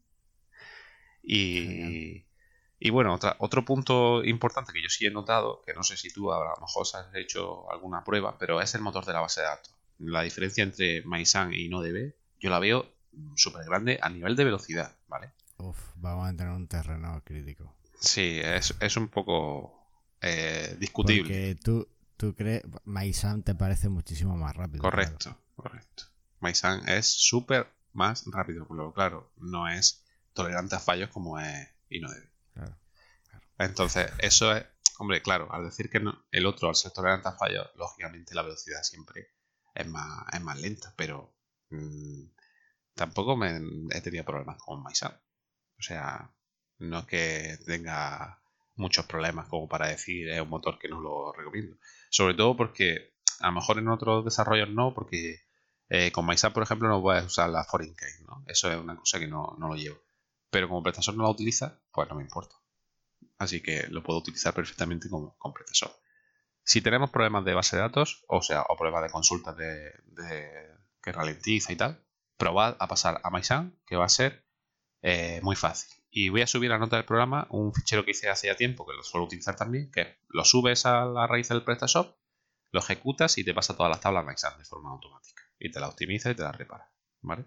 [SPEAKER 2] Genial.
[SPEAKER 1] Y, y bueno, otra, otro punto importante que yo sí he notado, que no sé si tú a lo mejor has hecho alguna prueba, pero es el motor de la base de datos. La diferencia entre MySun y InnoDB, yo la veo súper grande a nivel de velocidad, ¿vale?
[SPEAKER 2] Uf, vamos a tener un terreno crítico.
[SPEAKER 1] Sí, es, es un poco eh, discutible.
[SPEAKER 2] Porque tú, tú crees, MySam te parece muchísimo más rápido.
[SPEAKER 1] Correcto,
[SPEAKER 2] Claro.
[SPEAKER 1] correcto. MySun es súper más rápido, pero claro, no es tolerante a fallos como es InnoDB.
[SPEAKER 2] Claro.
[SPEAKER 1] Entonces, eso es, hombre, claro, al decir que no, el otro, al ser tolerante a fallos, lógicamente la velocidad siempre es más, es más lenta, pero mmm, tampoco me he tenido problemas con MySun. O sea, no es que tenga muchos problemas como para decir es un motor que no lo recomiendo. Sobre todo porque a lo mejor en otros desarrollos no, porque eh, con MySap, por ejemplo, no puedes usar la foreign key, ¿no? Eso es una cosa que no, no lo llevo. Pero como PrestaShop no la utiliza, pues no me importa. Así que lo puedo utilizar perfectamente con, con PrestaShop. Si tenemos problemas de base de datos, o sea, o problemas de consultas de, de que ralentiza y tal, probad a pasar a MySun, que va a ser eh, muy fácil. Y voy a subir a la nota del programa un fichero que hice hace ya tiempo, que lo suelo utilizar también, que lo subes a la raíz del PrestaShop, lo ejecutas y te pasa todas las tablas MySun de forma automática. Y te la optimiza y te la repara. ¿Vale?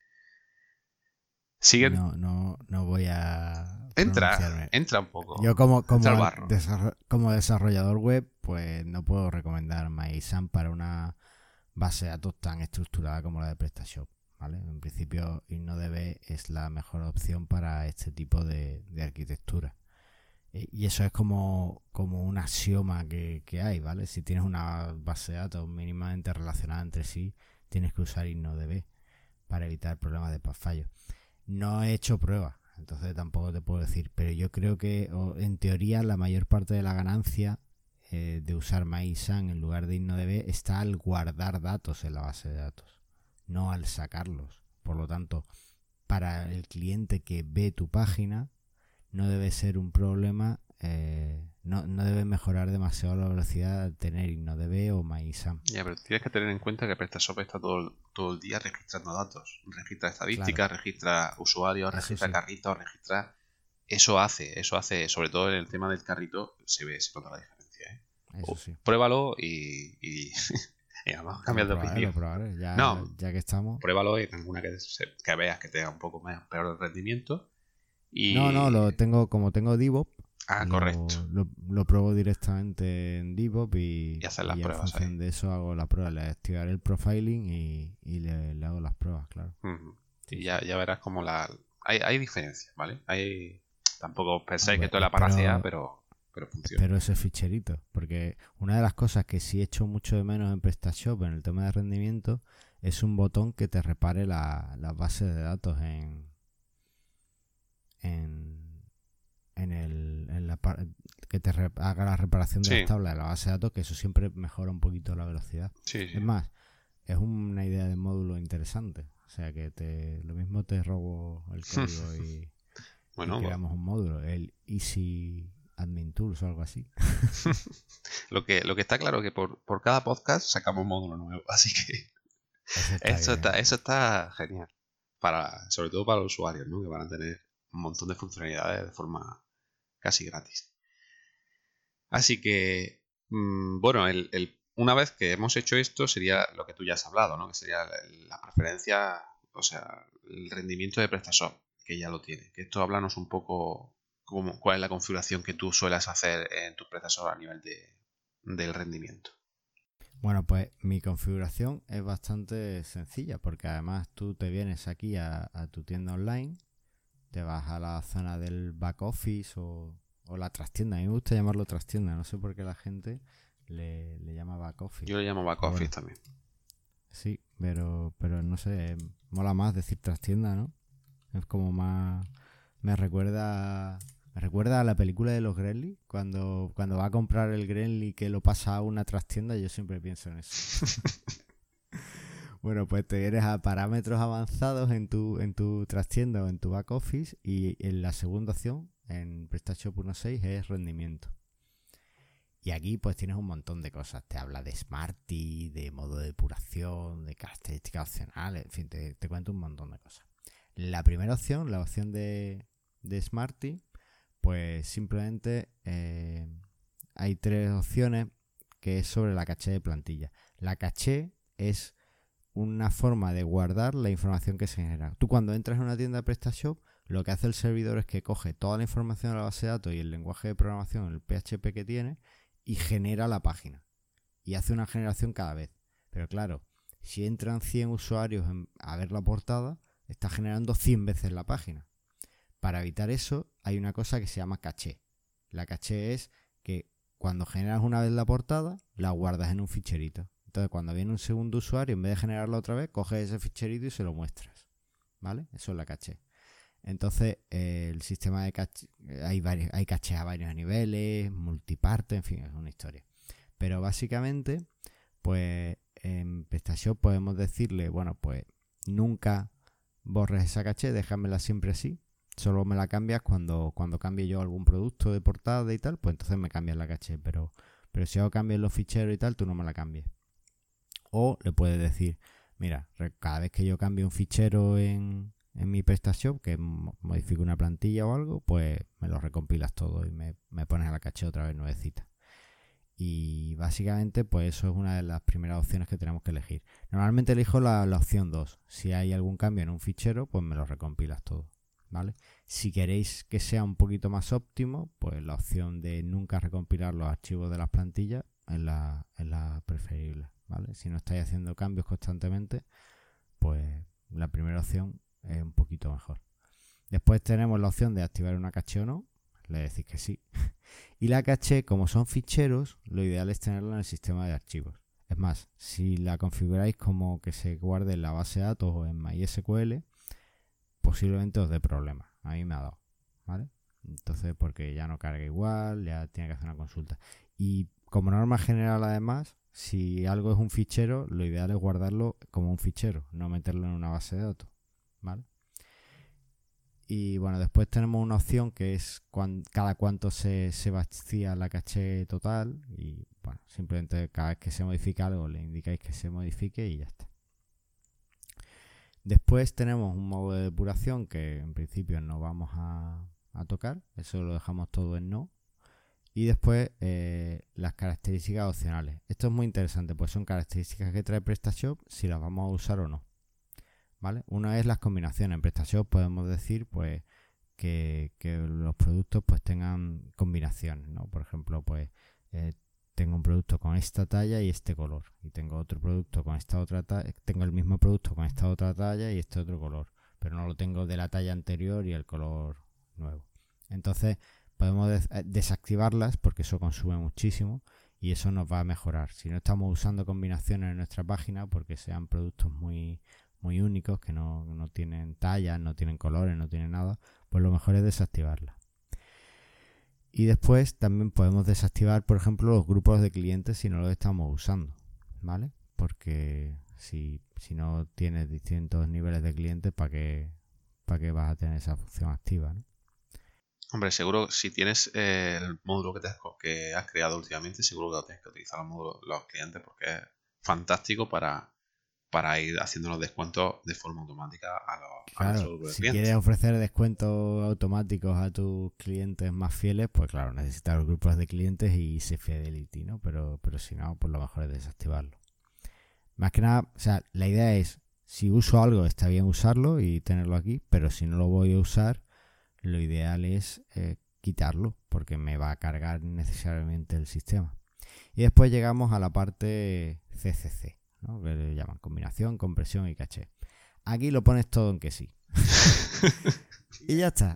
[SPEAKER 1] Siguen.
[SPEAKER 2] No, no, no voy a
[SPEAKER 1] Entra,
[SPEAKER 2] pronunciarme.
[SPEAKER 1] entra un poco.
[SPEAKER 2] Yo como,
[SPEAKER 1] Entra
[SPEAKER 2] como,
[SPEAKER 1] al barro.
[SPEAKER 2] desarro- como desarrollador web, pues no puedo recomendar MySam para una base de datos tan estructurada como la de PrestaShop. ¿Vale? En principio, InnoDB es la mejor opción para este tipo de, de arquitectura. Eh, Y eso es como, como un axioma que, que hay, ¿vale? Si tienes una base de datos mínimamente relacionada entre sí, tienes que usar InnoDB para evitar problemas de fallos. No he hecho pruebas, entonces tampoco te puedo decir, pero yo creo que o, en teoría la mayor parte de la ganancia eh, de usar MySun en lugar de InnoDB está al guardar datos en la base de datos, no al sacarlos. Por lo tanto, para el cliente que ve tu página, no debe ser un problema, eh, no, no debe mejorar demasiado la velocidad al tener InnoDB o MySam.
[SPEAKER 1] Ya, pero tienes que tener en cuenta que PrestaShop está todo, el- todo el día registrando datos. Registra
[SPEAKER 2] Claro,
[SPEAKER 1] estadísticas, registra usuarios,
[SPEAKER 2] eso
[SPEAKER 1] registra
[SPEAKER 2] sí,
[SPEAKER 1] carritos, registra... Eso hace, eso hace, sobre todo en el tema del carrito, se ve, se nota la diferencia, ¿eh?
[SPEAKER 2] eso
[SPEAKER 1] O-
[SPEAKER 2] sí.
[SPEAKER 1] Pruébalo y, y, y vamos a cambiar
[SPEAKER 2] Lo
[SPEAKER 1] de
[SPEAKER 2] probaré,
[SPEAKER 1] opinión.
[SPEAKER 2] lo probaré. Ya,
[SPEAKER 1] No,
[SPEAKER 2] ya que estamos.
[SPEAKER 1] pruébalo en alguna que, se- que veas que tenga un poco más, peor rendimiento.
[SPEAKER 2] No, no,
[SPEAKER 1] Y...
[SPEAKER 2] lo tengo, como tengo DevOps,
[SPEAKER 1] Ah, correcto.
[SPEAKER 2] lo, lo, lo pruebo directamente en DevOps y,
[SPEAKER 1] Y hacer las
[SPEAKER 2] y en
[SPEAKER 1] pruebas ahí.
[SPEAKER 2] función de eso hago la prueba. Le activaré el profiling y, y le, le hago las pruebas, claro.
[SPEAKER 1] Ujú.
[SPEAKER 2] Sí,
[SPEAKER 1] Y
[SPEAKER 2] sí.
[SPEAKER 1] ya, ya verás como la... Hay, hay diferencias, ¿vale? Hay... Tampoco
[SPEAKER 2] Ah,
[SPEAKER 1] pensáis que
[SPEAKER 2] pues
[SPEAKER 1] esto es la panacea,
[SPEAKER 2] espero,
[SPEAKER 1] pero, pero funciona.
[SPEAKER 2] espero ese ficherito, porque una de las cosas que sí echo mucho de menos en PrestaShop en el tema de rendimiento es un botón que te repare la, las bases de datos en, en, en el en la par- que te re- haga la reparación de las
[SPEAKER 1] Sí,
[SPEAKER 2] tablas de la base de datos, que eso siempre mejora un poquito la velocidad.
[SPEAKER 1] sí,
[SPEAKER 2] Es
[SPEAKER 1] sí.
[SPEAKER 2] más, es una idea de módulo interesante. O sea que te lo mismo te robo el código y, y
[SPEAKER 1] Bueno,
[SPEAKER 2] creamos un módulo, el Easy Admin Tools o algo así.
[SPEAKER 1] lo que, lo que está claro es que por, por cada podcast sacamos un módulo nuevo, así que
[SPEAKER 2] Eso está
[SPEAKER 1] eso
[SPEAKER 2] bien.
[SPEAKER 1] está, eso está genial. Para, sobre todo para los usuarios, ¿no? Que van a tener un montón de funcionalidades de forma casi gratis. Así que, mmm, bueno, el, el- una vez que hemos hecho esto sería lo que tú ya has hablado, ¿no? Que sería la, la preferencia, o sea, el rendimiento de PrestaShop, que ya lo tiene. Que esto háblanos un poco cómo, cuál es la configuración que tú sueles hacer en tu PrestaShop a nivel de, del rendimiento.
[SPEAKER 2] Bueno, pues mi configuración es bastante sencilla porque además tú te vienes aquí a, a tu tienda online, te vas a la zona del back office o, o la trastienda. A mí me gusta llamarlo trastienda, no sé por qué la gente le, le llama back office.
[SPEAKER 1] Yo le llamo back
[SPEAKER 2] Pero
[SPEAKER 1] office
[SPEAKER 2] bueno,
[SPEAKER 1] también.
[SPEAKER 2] sí, pero, pero no sé, mola más decir trastienda, ¿no? Es como más... Me recuerda... Me recuerda a la película de los Gremlins, cuando, cuando va a comprar el Gremlin que lo pasa a una trastienda, yo siempre pienso en eso. Bueno, pues te vienes a parámetros avanzados en tu, en tu trastienda o en tu back office, y en la segunda opción, en PrestaShop uno punto seis, es rendimiento. Y aquí pues tienes un montón de cosas. Te habla de Smarty, de modo de depuración, de características opcionales, en fin, te, te cuento un montón de cosas. La primera opción, la opción de, de Smarty, pues simplemente eh, hay tres opciones, que es sobre la caché de plantilla. La caché es una forma de guardar la información que se genera. Tú cuando entras en una tienda de PrestaShop, lo que hace el servidor es que coge toda la información de la base de datos y el lenguaje de programación, el P H P que tiene, y genera la página. Y hace una generación cada vez. Pero claro, si entran cien usuarios en, a ver la portada, está generando cien veces la página. Para evitar eso, hay una cosa que se llama caché. La caché es que cuando generas una vez la portada, la guardas en un ficherito. Entonces, cuando viene un segundo usuario, en vez de generarlo otra vez, coges ese ficherito y se lo muestras. ¿Vale? Eso es la caché. Entonces, eh, el sistema de caché, hay, varios, hay caché a varios niveles, multiparte, en fin, es una historia. Pero básicamente, pues en PrestaShop podemos decirle, bueno, pues nunca borres esa caché, déjamela siempre así. Solo me la cambias cuando, cuando cambie yo algún producto de portada y tal, pues entonces me cambias la caché. Pero, pero si hago cambios en los ficheros y tal, tú no me la cambies. O le puedes decir, mira, cada vez que yo cambie un fichero en, en mi PrestaShop, que modifique una plantilla o algo, pues me lo recompilas todo y me, me pones a la caché otra vez nuevecita. Y básicamente, pues eso es una de las primeras opciones que tenemos que elegir. Normalmente elijo la, la opción dos. Si hay algún cambio en un fichero, pues me lo recompilas todo, ¿vale? Si queréis que sea un poquito más óptimo, pues la opción de nunca recompilar los archivos de las plantillas es la, es la preferible, ¿vale? Si no estáis haciendo cambios constantemente, pues la primera opción es un poquito mejor. Después tenemos la opción de activar una caché o no. Le decís que sí. Y la caché, como son ficheros, lo ideal es tenerla en el sistema de archivos. Es más, si la configuráis como que se guarde en la base de datos o en MySQL, posiblemente os dé problemas. A mí me ha dado, ¿vale? Entonces, porque ya no carga igual, ya tiene que hacer una consulta. Y como norma general, además, si algo es un fichero, lo ideal es guardarlo como un fichero, no meterlo en una base de datos, ¿vale? Y bueno, después tenemos una opción que es cuan, cada cuánto se, se vacía la caché total. Y bueno, simplemente cada vez que se modifica algo le indicáis que se modifique y ya está. Después tenemos un modo de depuración que en principio no vamos a, a tocar. Eso lo dejamos todo en no. Y después eh, las características opcionales. Esto es muy interesante, pues son características que trae PrestaShop si las vamos a usar o no, ¿vale? Una es las combinaciones. En PrestaShop podemos decir pues que, que los productos pues tengan combinaciones, ¿no? Por ejemplo, pues eh, tengo un producto con esta talla y este color, y tengo otro producto con esta otra talla, tengo el mismo producto con esta otra talla y este otro color, pero no lo tengo de la talla anterior y el color nuevo. Entonces podemos des- desactivarlas porque eso consume muchísimo y eso nos va a mejorar. Si no estamos usando combinaciones en nuestra página porque sean productos muy muy únicos, que no, no tienen tallas, no tienen colores, no tienen nada, pues lo mejor es desactivarla. Y después también podemos desactivar, por ejemplo, los grupos de clientes si no los estamos usando, ¿vale? Porque si, si no tienes distintos niveles de clientes, ¿para qué, para qué vas a tener esa función activa, ¿no?
[SPEAKER 1] Hombre, seguro si tienes eh, el módulo que, te, que has creado últimamente, seguro que lo tienes que utilizar los módulos, los clientes, porque es fantástico para para ir haciendo los descuentos de forma automática a los,
[SPEAKER 2] Claro,
[SPEAKER 1] a nuestros grupos de
[SPEAKER 2] si
[SPEAKER 1] clientes.
[SPEAKER 2] quieres ofrecer descuentos automáticos a tus clientes más fieles, pues claro, necesitas los grupos de clientes y ese Fidelity, ¿no? Pero, pero si no, pues lo mejor es desactivarlo. Más que nada, o sea, la idea es, si uso algo, está bien usarlo y tenerlo aquí, pero si no lo voy a usar, lo ideal es eh, quitarlo, porque me va a cargar innecesariamente el sistema. Y después llegamos a la parte C C C, ¿no? Que le llaman combinación, compresión y caché. Aquí lo pones todo en que sí. Y ya está.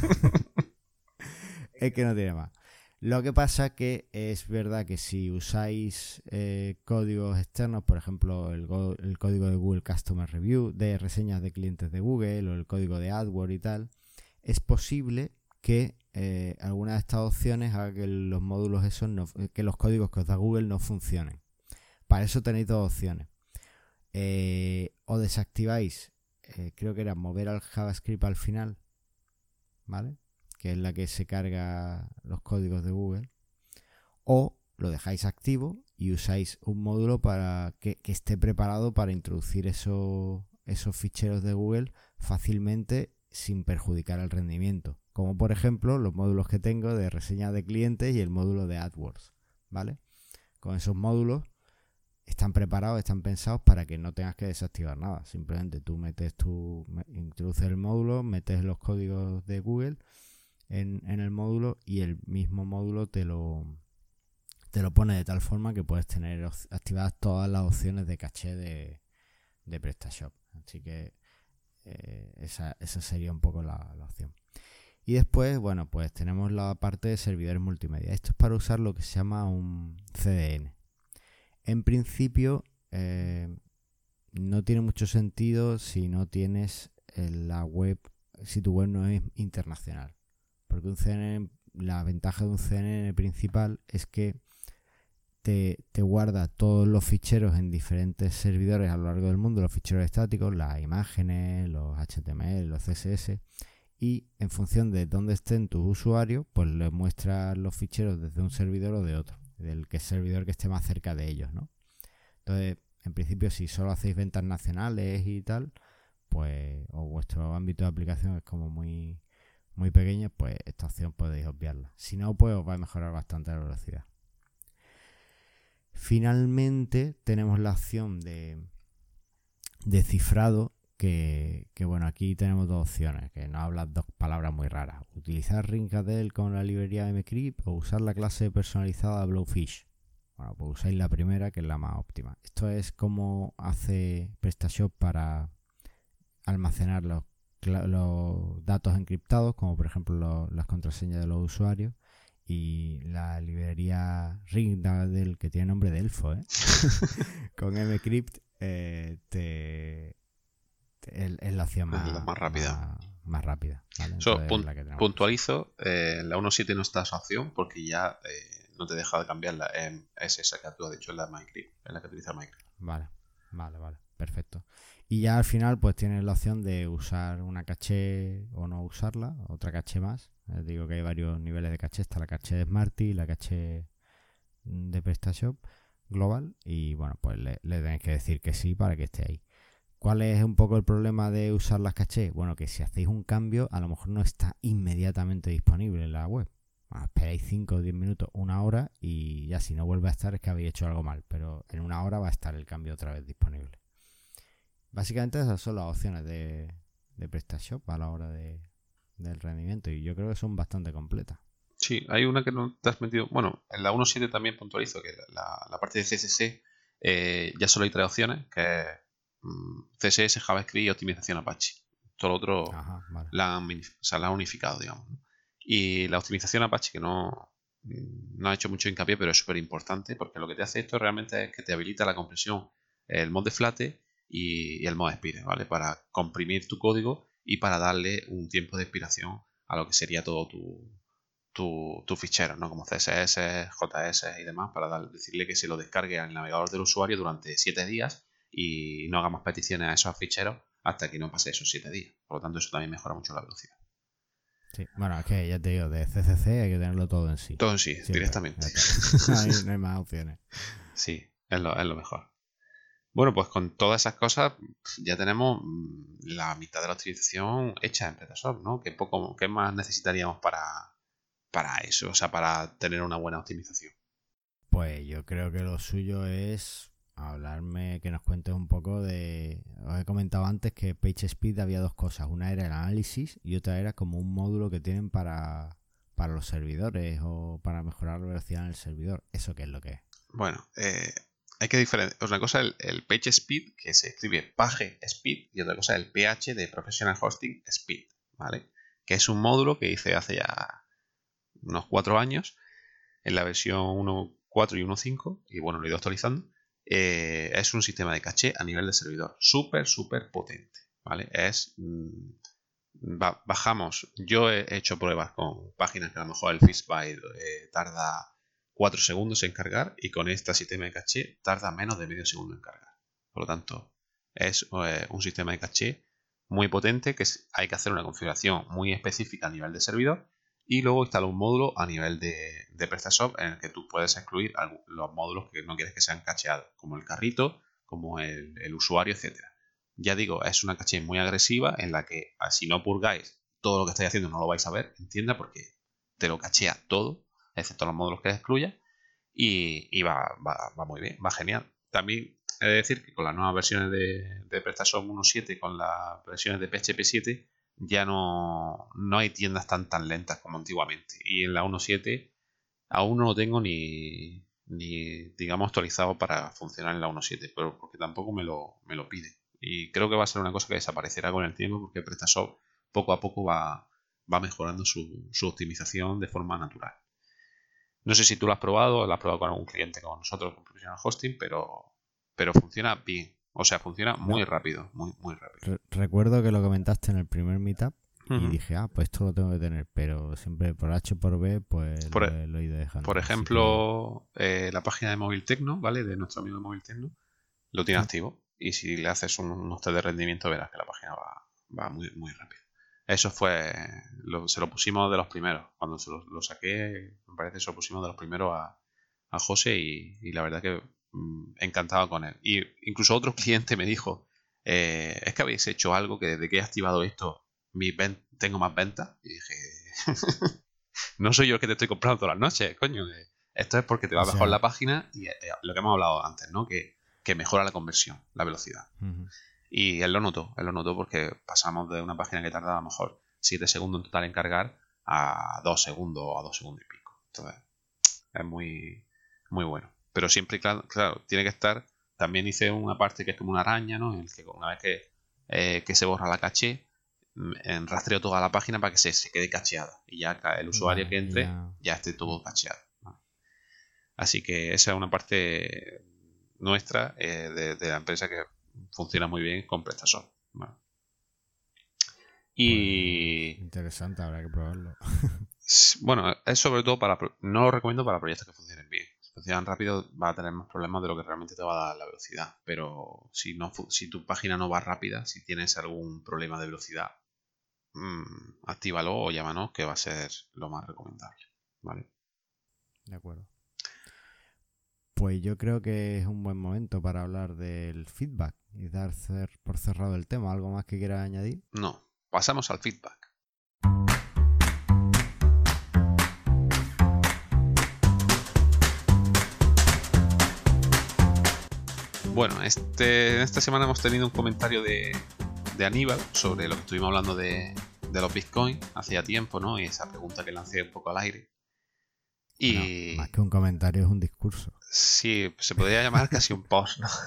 [SPEAKER 2] Es que no tiene más. Lo que pasa que es verdad que si usáis eh, códigos externos, por ejemplo el, go- el código de Google Customer Review, de reseñas de clientes de Google o el código de AdWords y tal, es posible que eh, alguna de estas opciones haga que los módulos esos no, que los códigos que os da Google no funcionen. Para eso tenéis dos opciones. Eh, o desactiváis, eh, creo que era mover al JavaScript al final, ¿vale? Que es la que se carga los códigos de Google, o lo dejáis activo y usáis un módulo para que, que esté preparado para introducir esos, esos ficheros de Google fácilmente sin perjudicar el rendimiento, como por ejemplo los módulos que tengo de reseña de clientes y el módulo de AdWords, ¿vale? Con esos módulos están preparados, están pensados para que no tengas que desactivar nada. Simplemente tú metes tu, introduces el módulo, metes los códigos de Google en, en el módulo y el mismo módulo te lo te lo pone de tal forma que puedes tener activadas todas las opciones de caché de, de PrestaShop. Así que eh, esa, esa sería un poco la, la opción. Y después, bueno, pues tenemos la parte de servidores multimedia. Esto es para usar lo que se llama un C D N. En principio, eh, no tiene mucho sentido si no tienes la web, si tu web no es internacional. Porque un C N N, la ventaja de un C N N principal es que te, te guarda todos los ficheros en diferentes servidores a lo largo del mundo, los ficheros estáticos, las imágenes, los H T M L, los C S S, y en función de dónde estén tus usuarios, pues les muestra los ficheros desde un servidor o de otro, del que servidor que esté más cerca de ellos, ¿no? Entonces, en principio, si solo hacéis ventas nacionales y tal, pues, o vuestro ámbito de aplicación es como muy, muy pequeño, pues esta opción podéis obviarla. Si no, pues os va a mejorar bastante la velocidad. Finalmente, tenemos la opción de, de cifrado, que, que bueno, aquí tenemos dos opciones, que nos hablan dos palabras muy raras. Utilizar Ringcadel con la librería mscript o usar la clase personalizada Blowfish. Bueno, pues usáis la primera, que es la más óptima. Esto es como hace PrestaShop para almacenar los, los datos encriptados, como por ejemplo los, las contraseñas de los usuarios. Y la librería Ringcadel, que tiene nombre de elfo, ¿eh? Con mscript eh, te, te, es, es la opción más,
[SPEAKER 1] la más rápida.
[SPEAKER 2] Más, más rápida, ¿vale?
[SPEAKER 1] So, pun la que puntualizo, eh, la uno punto siete no está esa opción porque ya eh, no te deja de cambiarla. Eh, es esa que tú has dicho, la MyScript, es la que utiliza MyScript.
[SPEAKER 2] Vale, vale, vale, perfecto. Y ya al final pues tienes la opción de usar una caché o no usarla, otra caché más. Les digo que hay varios niveles de caché. Está la caché de Smarty, la caché de PrestaShop global. Y bueno, pues le, le tenéis que decir que sí para que esté ahí. ¿Cuál es un poco el problema de usar las cachés? Bueno, que si hacéis un cambio, a lo mejor no está inmediatamente disponible en la web. Bueno, esperáis cinco o diez minutos, una hora, y ya si no vuelve a estar es que habéis hecho algo mal. Pero en una hora va a estar el cambio otra vez disponible. Básicamente esas son las opciones de, de PrestaShop a la hora de, del rendimiento, y yo creo que son bastante completas.
[SPEAKER 1] Sí, hay una que no te has metido. Bueno, en la uno punto siete también puntualizo que la, la parte de C S S eh, ya solo hay tres opciones, que es mmm, C S S, JavaScript y optimización Apache. Todo lo otro
[SPEAKER 2] Ajá, vale.
[SPEAKER 1] la, han, o sea, la han unificado, digamos, ¿no? Y la optimización Apache, que no, no ha hecho mucho hincapié, pero es súper importante, porque lo que te hace esto realmente es que te habilita la compresión, el mod de Flate y, y el mod Spire, ¿vale? Para comprimir tu código y para darle un tiempo de expiración a lo que sería todo tu, tu, tu fichero, ¿no? Como C S S, J S y demás, para dar, decirle que se lo descargue al navegador del usuario durante siete días y no hagamos peticiones a esos ficheros hasta que no pase esos siete días. Por lo tanto, eso también mejora mucho la velocidad.
[SPEAKER 2] Sí, bueno, es que ya te digo, de C C C hay que tenerlo todo en sí.
[SPEAKER 1] Todo en sí, siempre, directamente.
[SPEAKER 2] No hay, no hay más opciones.
[SPEAKER 1] Sí, es lo, es lo mejor. Bueno, pues con todas esas cosas ya tenemos la mitad de la optimización hecha en PrestaShop, ¿no? ¿Qué, poco, qué más necesitaríamos para, para eso? O sea, para tener una buena optimización.
[SPEAKER 2] Pues yo creo que lo suyo es hablarme, que nos cuentes un poco de... Os he comentado antes que PageSpeed había dos cosas. Una era el análisis y otra era como un módulo que tienen para, para los servidores o para mejorar la velocidad en el servidor. ¿Eso qué es lo que es?
[SPEAKER 1] Bueno, eh, hay que diferenciar. Una cosa es el, el Page Speed, que se escribe Page Speed, y otra cosa es el P H de Professional Hosting Speed, ¿vale? Que es un módulo que hice hace ya unos cuatro años, en la versión uno punto cuatro y uno punto cinco, y bueno, lo he ido actualizando. Eh, es un sistema de caché a nivel de servidor súper, súper potente, ¿vale? Es... Mmm, ba bajamos, yo he hecho pruebas con páginas que a lo mejor el Fishbyte eh, tarda cuatro segundos en cargar, y con este sistema de caché tarda menos de medio segundo en cargar. Por lo tanto, es eh, un sistema de caché muy potente, que es, hay que hacer una configuración muy específica a nivel de servidor, y luego instala un módulo a nivel de, de PrestaShop en el que tú puedes excluir los módulos que no quieres que sean cacheados, como el carrito, como el, el usuario, etcétera. Ya digo, es una caché muy agresiva en la que si no purgáis todo lo que estáis haciendo no lo vais a ver, entienda, porque te lo cachea todo, excepto los módulos que excluyas, y, y va, va, va muy bien, va genial. También he de decir que con las nuevas versiones de, de PrestaShop uno punto siete, con las versiones de P H P siete, ya no, no hay tiendas tan tan lentas como antiguamente. Y en la uno punto siete aún no lo tengo ni, ni digamos actualizado para funcionar en la uno punto siete, pero porque tampoco me lo, me lo pide. Y creo que va a ser una cosa que desaparecerá con el tiempo, porque PrestaShop poco a poco va, va mejorando su, su optimización de forma natural. No sé si tú lo has probado, lo has probado con algún cliente como nosotros, con Professional Hosting, pero, pero funciona bien. O sea, funciona muy
[SPEAKER 2] No,
[SPEAKER 1] rápido, muy, muy rápido.
[SPEAKER 2] re- recuerdo que lo comentaste en el primer meetup y
[SPEAKER 1] Uh-huh.
[SPEAKER 2] dije, ah, pues esto lo tengo que tener, pero siempre por H o por B, pues
[SPEAKER 1] Por,
[SPEAKER 2] lo, he- lo he ido dejando.
[SPEAKER 1] por
[SPEAKER 2] Así que
[SPEAKER 1] ejemplo, eh, la página de Móvil Tecno, ¿vale? De nuestro amigo de Móvil Tecno, lo tiene
[SPEAKER 2] sí.
[SPEAKER 1] activo. Y si le haces un, unos test de rendimiento, verás que la página va, va muy, muy rápido. Eso fue, lo, se lo pusimos de los primeros. Cuando se lo, lo saqué, me parece que se lo pusimos de los primeros a, a José, y, y la verdad que mmm, encantado con él. Y incluso otro cliente me dijo, eh, es que habéis hecho algo que desde que he activado esto, mi ven, tengo más ventas. Y dije, no soy yo el que te estoy comprando todas las noches, coño. Esto es porque te va
[SPEAKER 2] O
[SPEAKER 1] mejor
[SPEAKER 2] sea,
[SPEAKER 1] la página, y eh, lo que hemos hablado antes, ¿no? Que, que mejora la conversión, la velocidad.
[SPEAKER 2] uh-huh.
[SPEAKER 1] Y él lo notó, él lo notó porque pasamos de una página que tardaba a lo mejor siete segundos en total en cargar a dos segundos o a dos segundos y pico. Entonces, es muy, muy bueno. Pero siempre, claro, claro, tiene que estar. También hice una parte que es como una araña, ¿no? En el que una vez que, eh, que se borra la caché, en rastreo toda la página para que se, se quede cacheada. Y ya el usuario
[SPEAKER 2] Vale,
[SPEAKER 1] que entre
[SPEAKER 2] ya...
[SPEAKER 1] ya esté todo cacheado, ¿no? Así que esa es una parte nuestra, eh, de, de la empresa, que funciona muy bien con PrestaShop, ¿vale? Y
[SPEAKER 2] Pues interesante, habrá que probarlo.
[SPEAKER 1] bueno, es sobre todo para... No lo recomiendo para proyectos que funcionen bien. Si funcionan rápido, va a tener más problemas de lo que realmente te va a dar la velocidad. Pero si, no, si tu página no va rápida, si tienes algún problema de velocidad, mmm, actívalo o llámanos, que va a ser lo más recomendable, ¿vale?
[SPEAKER 2] De acuerdo. Pues yo creo que es un buen momento para hablar del feedback y dar cer- por cerrado el tema. ¿Algo más que quieras añadir?
[SPEAKER 1] No, pasamos al feedback. Bueno, este, esta semana hemos tenido un comentario de, de Aníbal sobre lo que estuvimos hablando de, de los Bitcoin hacía tiempo, ¿no? Y esa pregunta que lancé un poco al aire. Y
[SPEAKER 2] Bueno, más que un comentario es un discurso.
[SPEAKER 1] Sí, se podría llamar casi un post, ¿no?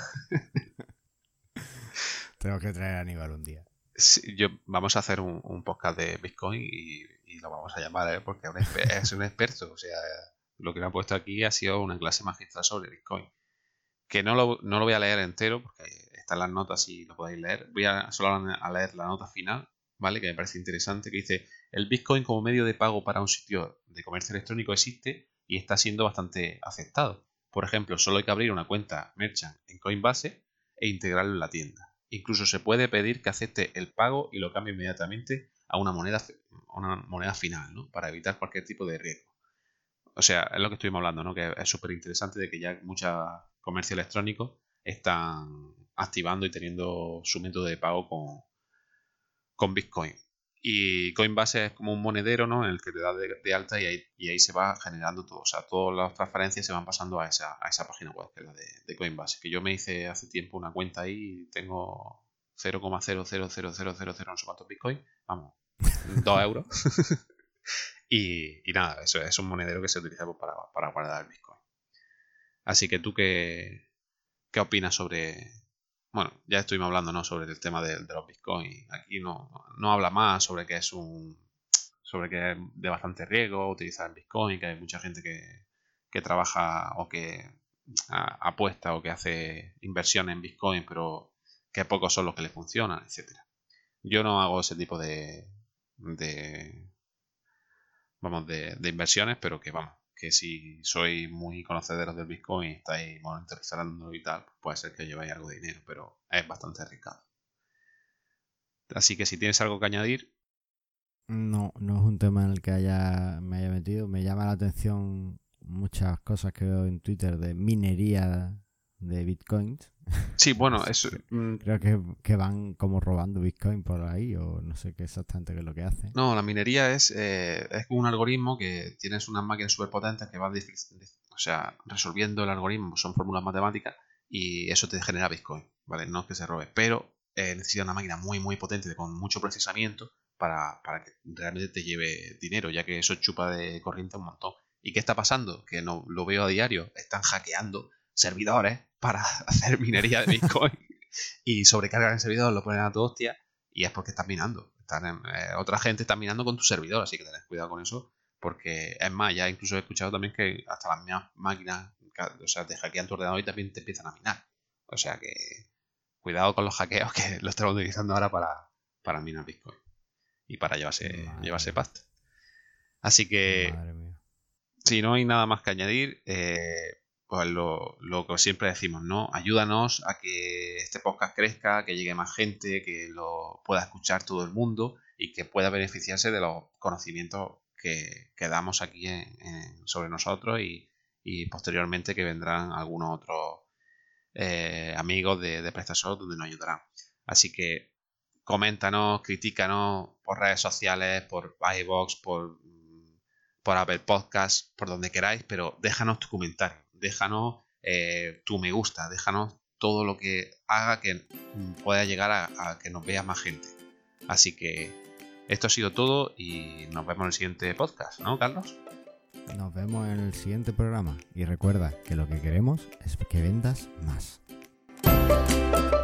[SPEAKER 2] Tengo que traer a Aníbal un día.
[SPEAKER 1] Sí, yo, vamos a hacer un, un podcast de Bitcoin, y, y lo vamos a llamar, ¿eh? Porque es un, es un experto. O sea, lo que me ha puesto aquí ha sido una clase magistral sobre Bitcoin. Que no lo, no lo voy a leer entero, porque están las notas y lo podéis leer. Voy a solo a leer la nota final, ¿vale? Que me parece interesante, que dice: el Bitcoin como medio de pago para un sitio de comercio electrónico existe y está siendo bastante aceptado. Por ejemplo, solo hay que abrir una cuenta Merchant en Coinbase e integrarlo en la tienda. Incluso se puede pedir que acepte el pago y lo cambie inmediatamente a una moneda, una moneda final, ¿no? Para evitar cualquier tipo de riesgo. O sea, es lo que estuvimos hablando, ¿no? Que es súper interesante de que ya muchos comercios electrónicos están activando y teniendo su método de pago con, con Bitcoin. Y Coinbase es como un monedero, ¿no? En el que te das de, de alta, y ahí, y ahí se va generando todo. O sea, todas las transferencias se van pasando a esa, a esa página web, que es la de, de Coinbase. Que yo me hice hace tiempo una cuenta ahí y tengo cero coma cero cero cero cero cero no sé cuántos Bitcoin. Vamos, dos euros. y, y nada, eso es un monedero que se utiliza para, para guardar el Bitcoin. Así que tú, ¿qué, qué opinas sobre... Bueno, ya estuvimos hablando, ¿no?, sobre el tema de, de los Bitcoin. Aquí no, no habla más sobre que es un... sobre que es de bastante riesgo utilizar Bitcoin, que hay mucha gente que, que trabaja o que a, apuesta o que hace inversiones en Bitcoin, pero que pocos son los que le funcionan, etcétera. Yo no hago ese tipo de... de vamos, de, de inversiones, pero que vamos, que si sois muy conocedores del Bitcoin y estáis monetizando y tal, puede ser que llevéis algo de dinero, pero es bastante arriesgado. Así que si tienes algo que añadir...
[SPEAKER 2] No, no es un tema en el que haya, me haya metido. Me llama la atención muchas cosas que veo en Twitter de minería de bitcoins.
[SPEAKER 1] Sí, bueno, eso...
[SPEAKER 2] Creo que, que van como robando bitcoin por ahí, o no sé qué exactamente qué es lo que hacen.
[SPEAKER 1] No, la minería es, eh, es un algoritmo que tienes unas máquinas súper potentes que van o sea, resolviendo el algoritmo, son fórmulas matemáticas y eso te genera bitcoin, ¿vale? No es que se robe, pero eh, necesita una máquina muy, muy potente con mucho procesamiento para, para que realmente te lleve dinero, ya que eso chupa de corriente un montón. ¿Y qué está pasando? Que no lo veo a diario, están hackeando servidores para hacer minería de bitcoin y sobrecargan el servidor, lo ponen a tu hostia y es porque están minando. Están en, eh, otra gente está minando con tu servidor, así que tened cuidado con eso, porque es más, ya incluso he escuchado también que hasta las mismas máquinas, o sea, te hackean tu ordenador y también te empiezan a minar. O sea que cuidado con los hackeos, que lo están utilizando ahora para, para minar Bitcoin y para llevarse, llevarse pasta. Así que, si no hay nada más que añadir, eh, pues lo, lo que siempre decimos, ¿no? Ayúdanos a que este podcast crezca, que llegue más gente, que lo pueda escuchar todo el mundo y que pueda beneficiarse de los conocimientos que, que damos aquí en, en, sobre nosotros y, y posteriormente que vendrán algunos otros eh, amigos de, de PrestaShop donde nos ayudarán. Así que coméntanos, critícanos por redes sociales, por iVoox, por, por Apple Podcast, por donde queráis, pero déjanos tu comentario. Déjanos eh, tu me gusta, déjanos todo lo que haga que pueda llegar a, a que nos vea más gente. Así que esto ha sido todo y nos vemos en el siguiente podcast, ¿no, Carlos?
[SPEAKER 2] Nos vemos en el siguiente programa y recuerda que lo que queremos es que vendas más.